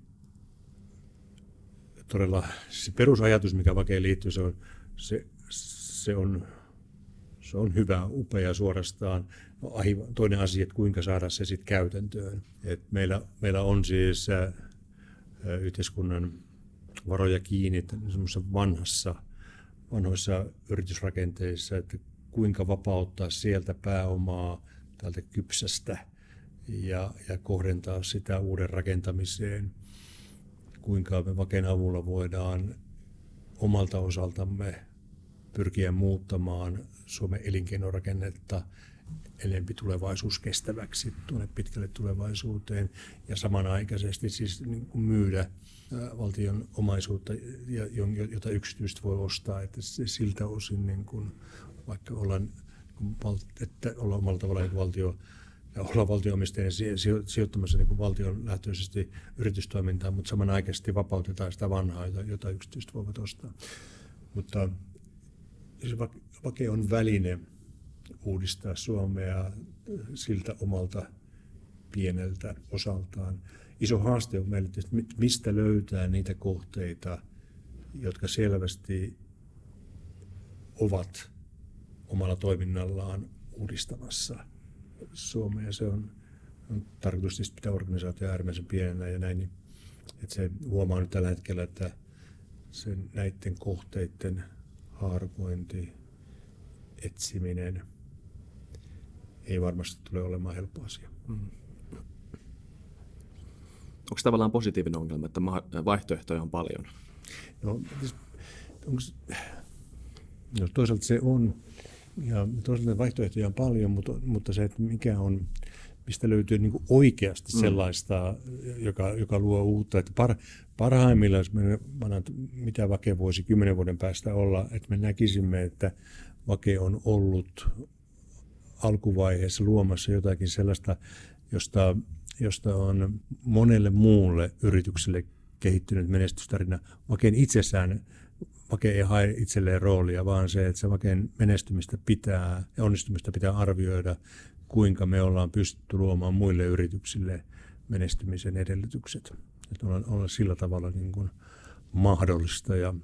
todella se perusajatus, mikä Vakeen liittyy, se on, se, se on, se on hyvä, upea suorastaan. No, aivan, toinen asia, että kuinka saada se sitten käytäntöön. Et meillä, meillä on siis ä, yhteiskunnan varoja kiinni semmoisessa vanhassa, vanhoissa yritysrakenteissa, että kuinka vapauttaa sieltä pääomaa tältä kypsästä ja, ja kohdentaa sitä uuden rakentamiseen. Kuinka me Vaken avulla voidaan omalta osaltamme pyrkiä muuttamaan Suomen elinkeinorakennetta enempi tulevaisuuskestäväksi tuonne pitkälle tulevaisuuteen ja samanaikaisesti siis niin kuin myydä valtion omaisuutta, jota yksityiset voi ostaa, että siltä osin niin kuin, vaikka ollaan, että ollaan omalla tavallaan niin valtio ja ollaan valtio-omistajien sijoittamassa niin valtion lähtöisesti yritystoimintaan, mutta samanaikaisesti vapautetaan sitä vanhaa, jota yksityiset voivat ostaa. Mutta Vake on väline uudistaa Suomea siltä omalta pieneltä osaltaan. Iso haaste on meille, että mistä löytää niitä kohteita, jotka selvästi ovat omalla toiminnallaan uudistamassa Suomea. Se on, on tarkoitus siis pitää organisaatio äärimmäisen pienenä ja näin. Että se huomaa nyt tällä hetkellä, että sen näiden kohteiden haarukointi, etsiminen ei varmasti tule olemaan helppo asia. Mm. Onko se tavallaan positiivinen ongelma, että vaihtoehtoja on paljon? No, onks, no toisaalta se on, ja toisaalta vaihtoehtoja on paljon, mutta, mutta se, että mikä on, mistä löytyy niin kuin oikeasti sellaista, mm. joka, joka luo uutta. Että par, parhaimmillaan, jos me, mitä Vake voisi kymmenen vuoden päästä olla, että me näkisimme, että Vake on ollut alkuvaiheessa luomassa jotakin sellaista, josta, josta on monelle muulle yritykselle kehittynyt menestystarina. Vakeen itsessään, Vake ei hae itselleen roolia, vaan se, että se Vakeen menestymistä pitää ja onnistumista pitää arvioida, kuinka me ollaan pystytty luomaan muille yrityksille menestymisen edellytykset. Että olla, olla sillä tavalla niin kuin mahdollista. Ja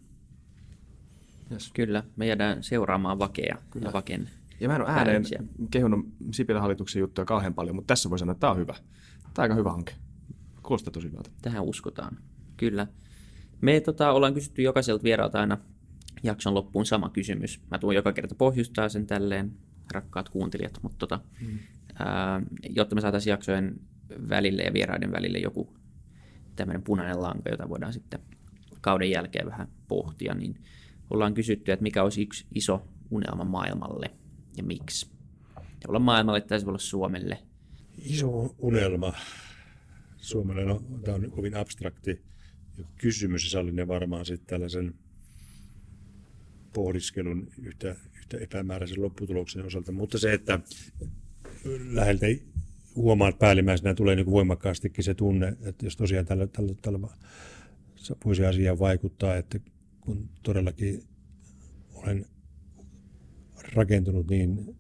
yes. Kyllä, me jäädään seuraamaan Vakea Kyllä. ja Vaken. Ja mä en ole ääneen kehunut Sipilän hallituksen juttuja kauhean paljon, mutta tässä voi sanoa, että tämä on hyvä. Tämä on aika hyvä hanke. Kuulostaa tosi hyvältä. Tähän uskotaan. Kyllä. Me tota, ollaan kysytty jokaiselta vieraalta aina jakson loppuun sama kysymys. Mä tuun joka kerta pohjustaa sen tälleen, rakkaat kuuntelijat, mutta tota, hmm. ää, jotta me saataisiin jaksojen välille ja vieraiden välille joku tämmöinen punainen lanka, jota voidaan sitten kauden jälkeen vähän pohtia, niin ollaan kysytty, että mikä olisi yksi iso unelma maailmalle ja miksi. Ja olla maailmalle, taisi olla Suomelle. Iso unelma Suomelle, no tämä on kovin abstrakti kysymys, ja sallinen varmaan sitten tällaisen pohdiskelun yhtä, yhtä epämääräisen lopputuloksen osalta, mutta se, että läheltä huomaat päällimmäisenä tulee niin kuin voimakkaastikin se tunne, että jos tosiaan tällä, tällä, tällä voisi asiaan vaikuttaa, että kun todellakin olen rakentunut niin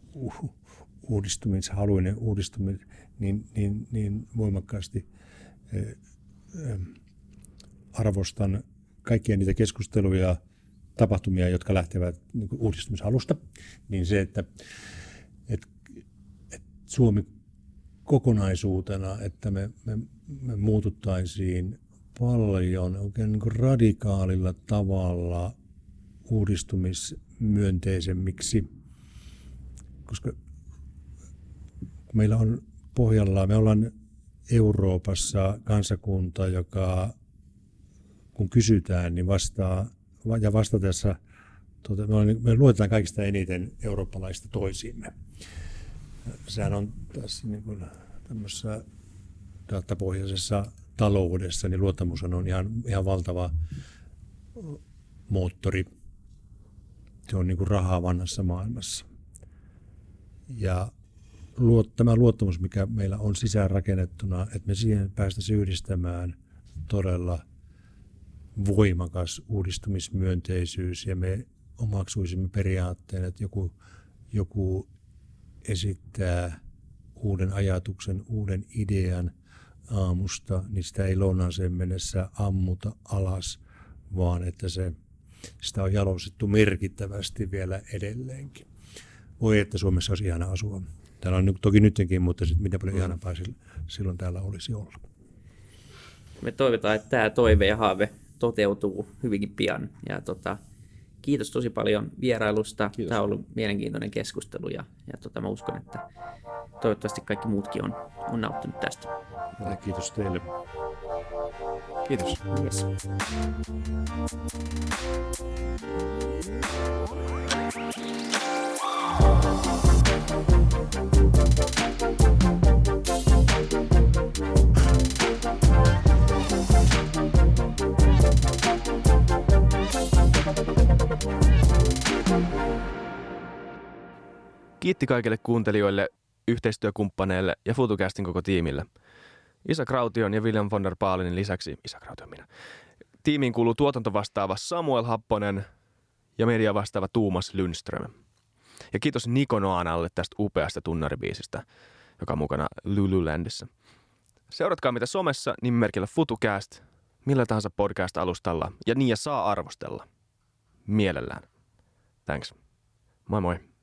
uudistumishaluinen uudistumis, niin, niin, niin voimakkaasti eh, eh, arvostan kaikkia niitä keskusteluja, tapahtumia, jotka lähtevät niin kuin uudistumishalusta, niin se, että, että, että Suomi kokonaisuutena, että me, me, me muututtaisiin paljon oikein niin kuin radikaalilla tavalla uudistumismyönteisemmiksi, koska meillä on pohjalla, me ollaan Euroopassa kansakunta, joka kun kysytään, niin vastaa, ja vastatessa tuota, me, me luetaan kaikista eniten eurooppalaista toisiimme. sehän on tässä niin kuin tämmöisessä datapohjaisessa taloudessa, niin luottamus on ihan, ihan valtava moottori. Se on niin kuin rahaa vanhassa maailmassa. Ja luot, tämä luottamus, mikä meillä on sisäänrakennettuna, että me siihen päästäisiin yhdistämään todella voimakas uudistumismyönteisyys ja me omaksuisimme periaatteen, että joku, joku esittää uuden ajatuksen, uuden idean aamusta, niin sitä ei lounaaseen mennessä ammuta alas, vaan että se, sitä on jalostettu merkittävästi vielä edelleenkin. Voi, että Suomessa olisi ihana asua. Täällä on toki nytkin, mutta sitten mitä paljon ihanampaa silloin täällä olisi ollut. Me toivotaan, että tämä toive ja haave toteutuu hyvinkin pian. Ja tota, kiitos tosi paljon vierailusta. Kiitos. Tämä on ollut mielenkiintoinen keskustelu ja, ja tota, mä uskon, että toivottavasti kaikki muutkin on, on nauttinut tästä. Ja kiitos teille. Kiitos. Yes. Kiitti kaikille kuuntelijoille, yhteistyökumppaneille ja FutuCastin koko tiimille. Isa Kraution ja William von der Baalinin lisäksi, Isa Kraution minä, tiimiin kuuluu tuotantovastaava Samuel Happonen ja media vastaava Tuumas Lundström. Ja kiitos Niko Noanalle tästä upeasta tunnaribiisistä, joka on mukana Lululandissa. Seuratkaa mitä somessa nimimerkillä FutuCast, millä tahansa podcast-alustalla ja niin ja saa arvostella. Mielellään. Thanks. Moi moi.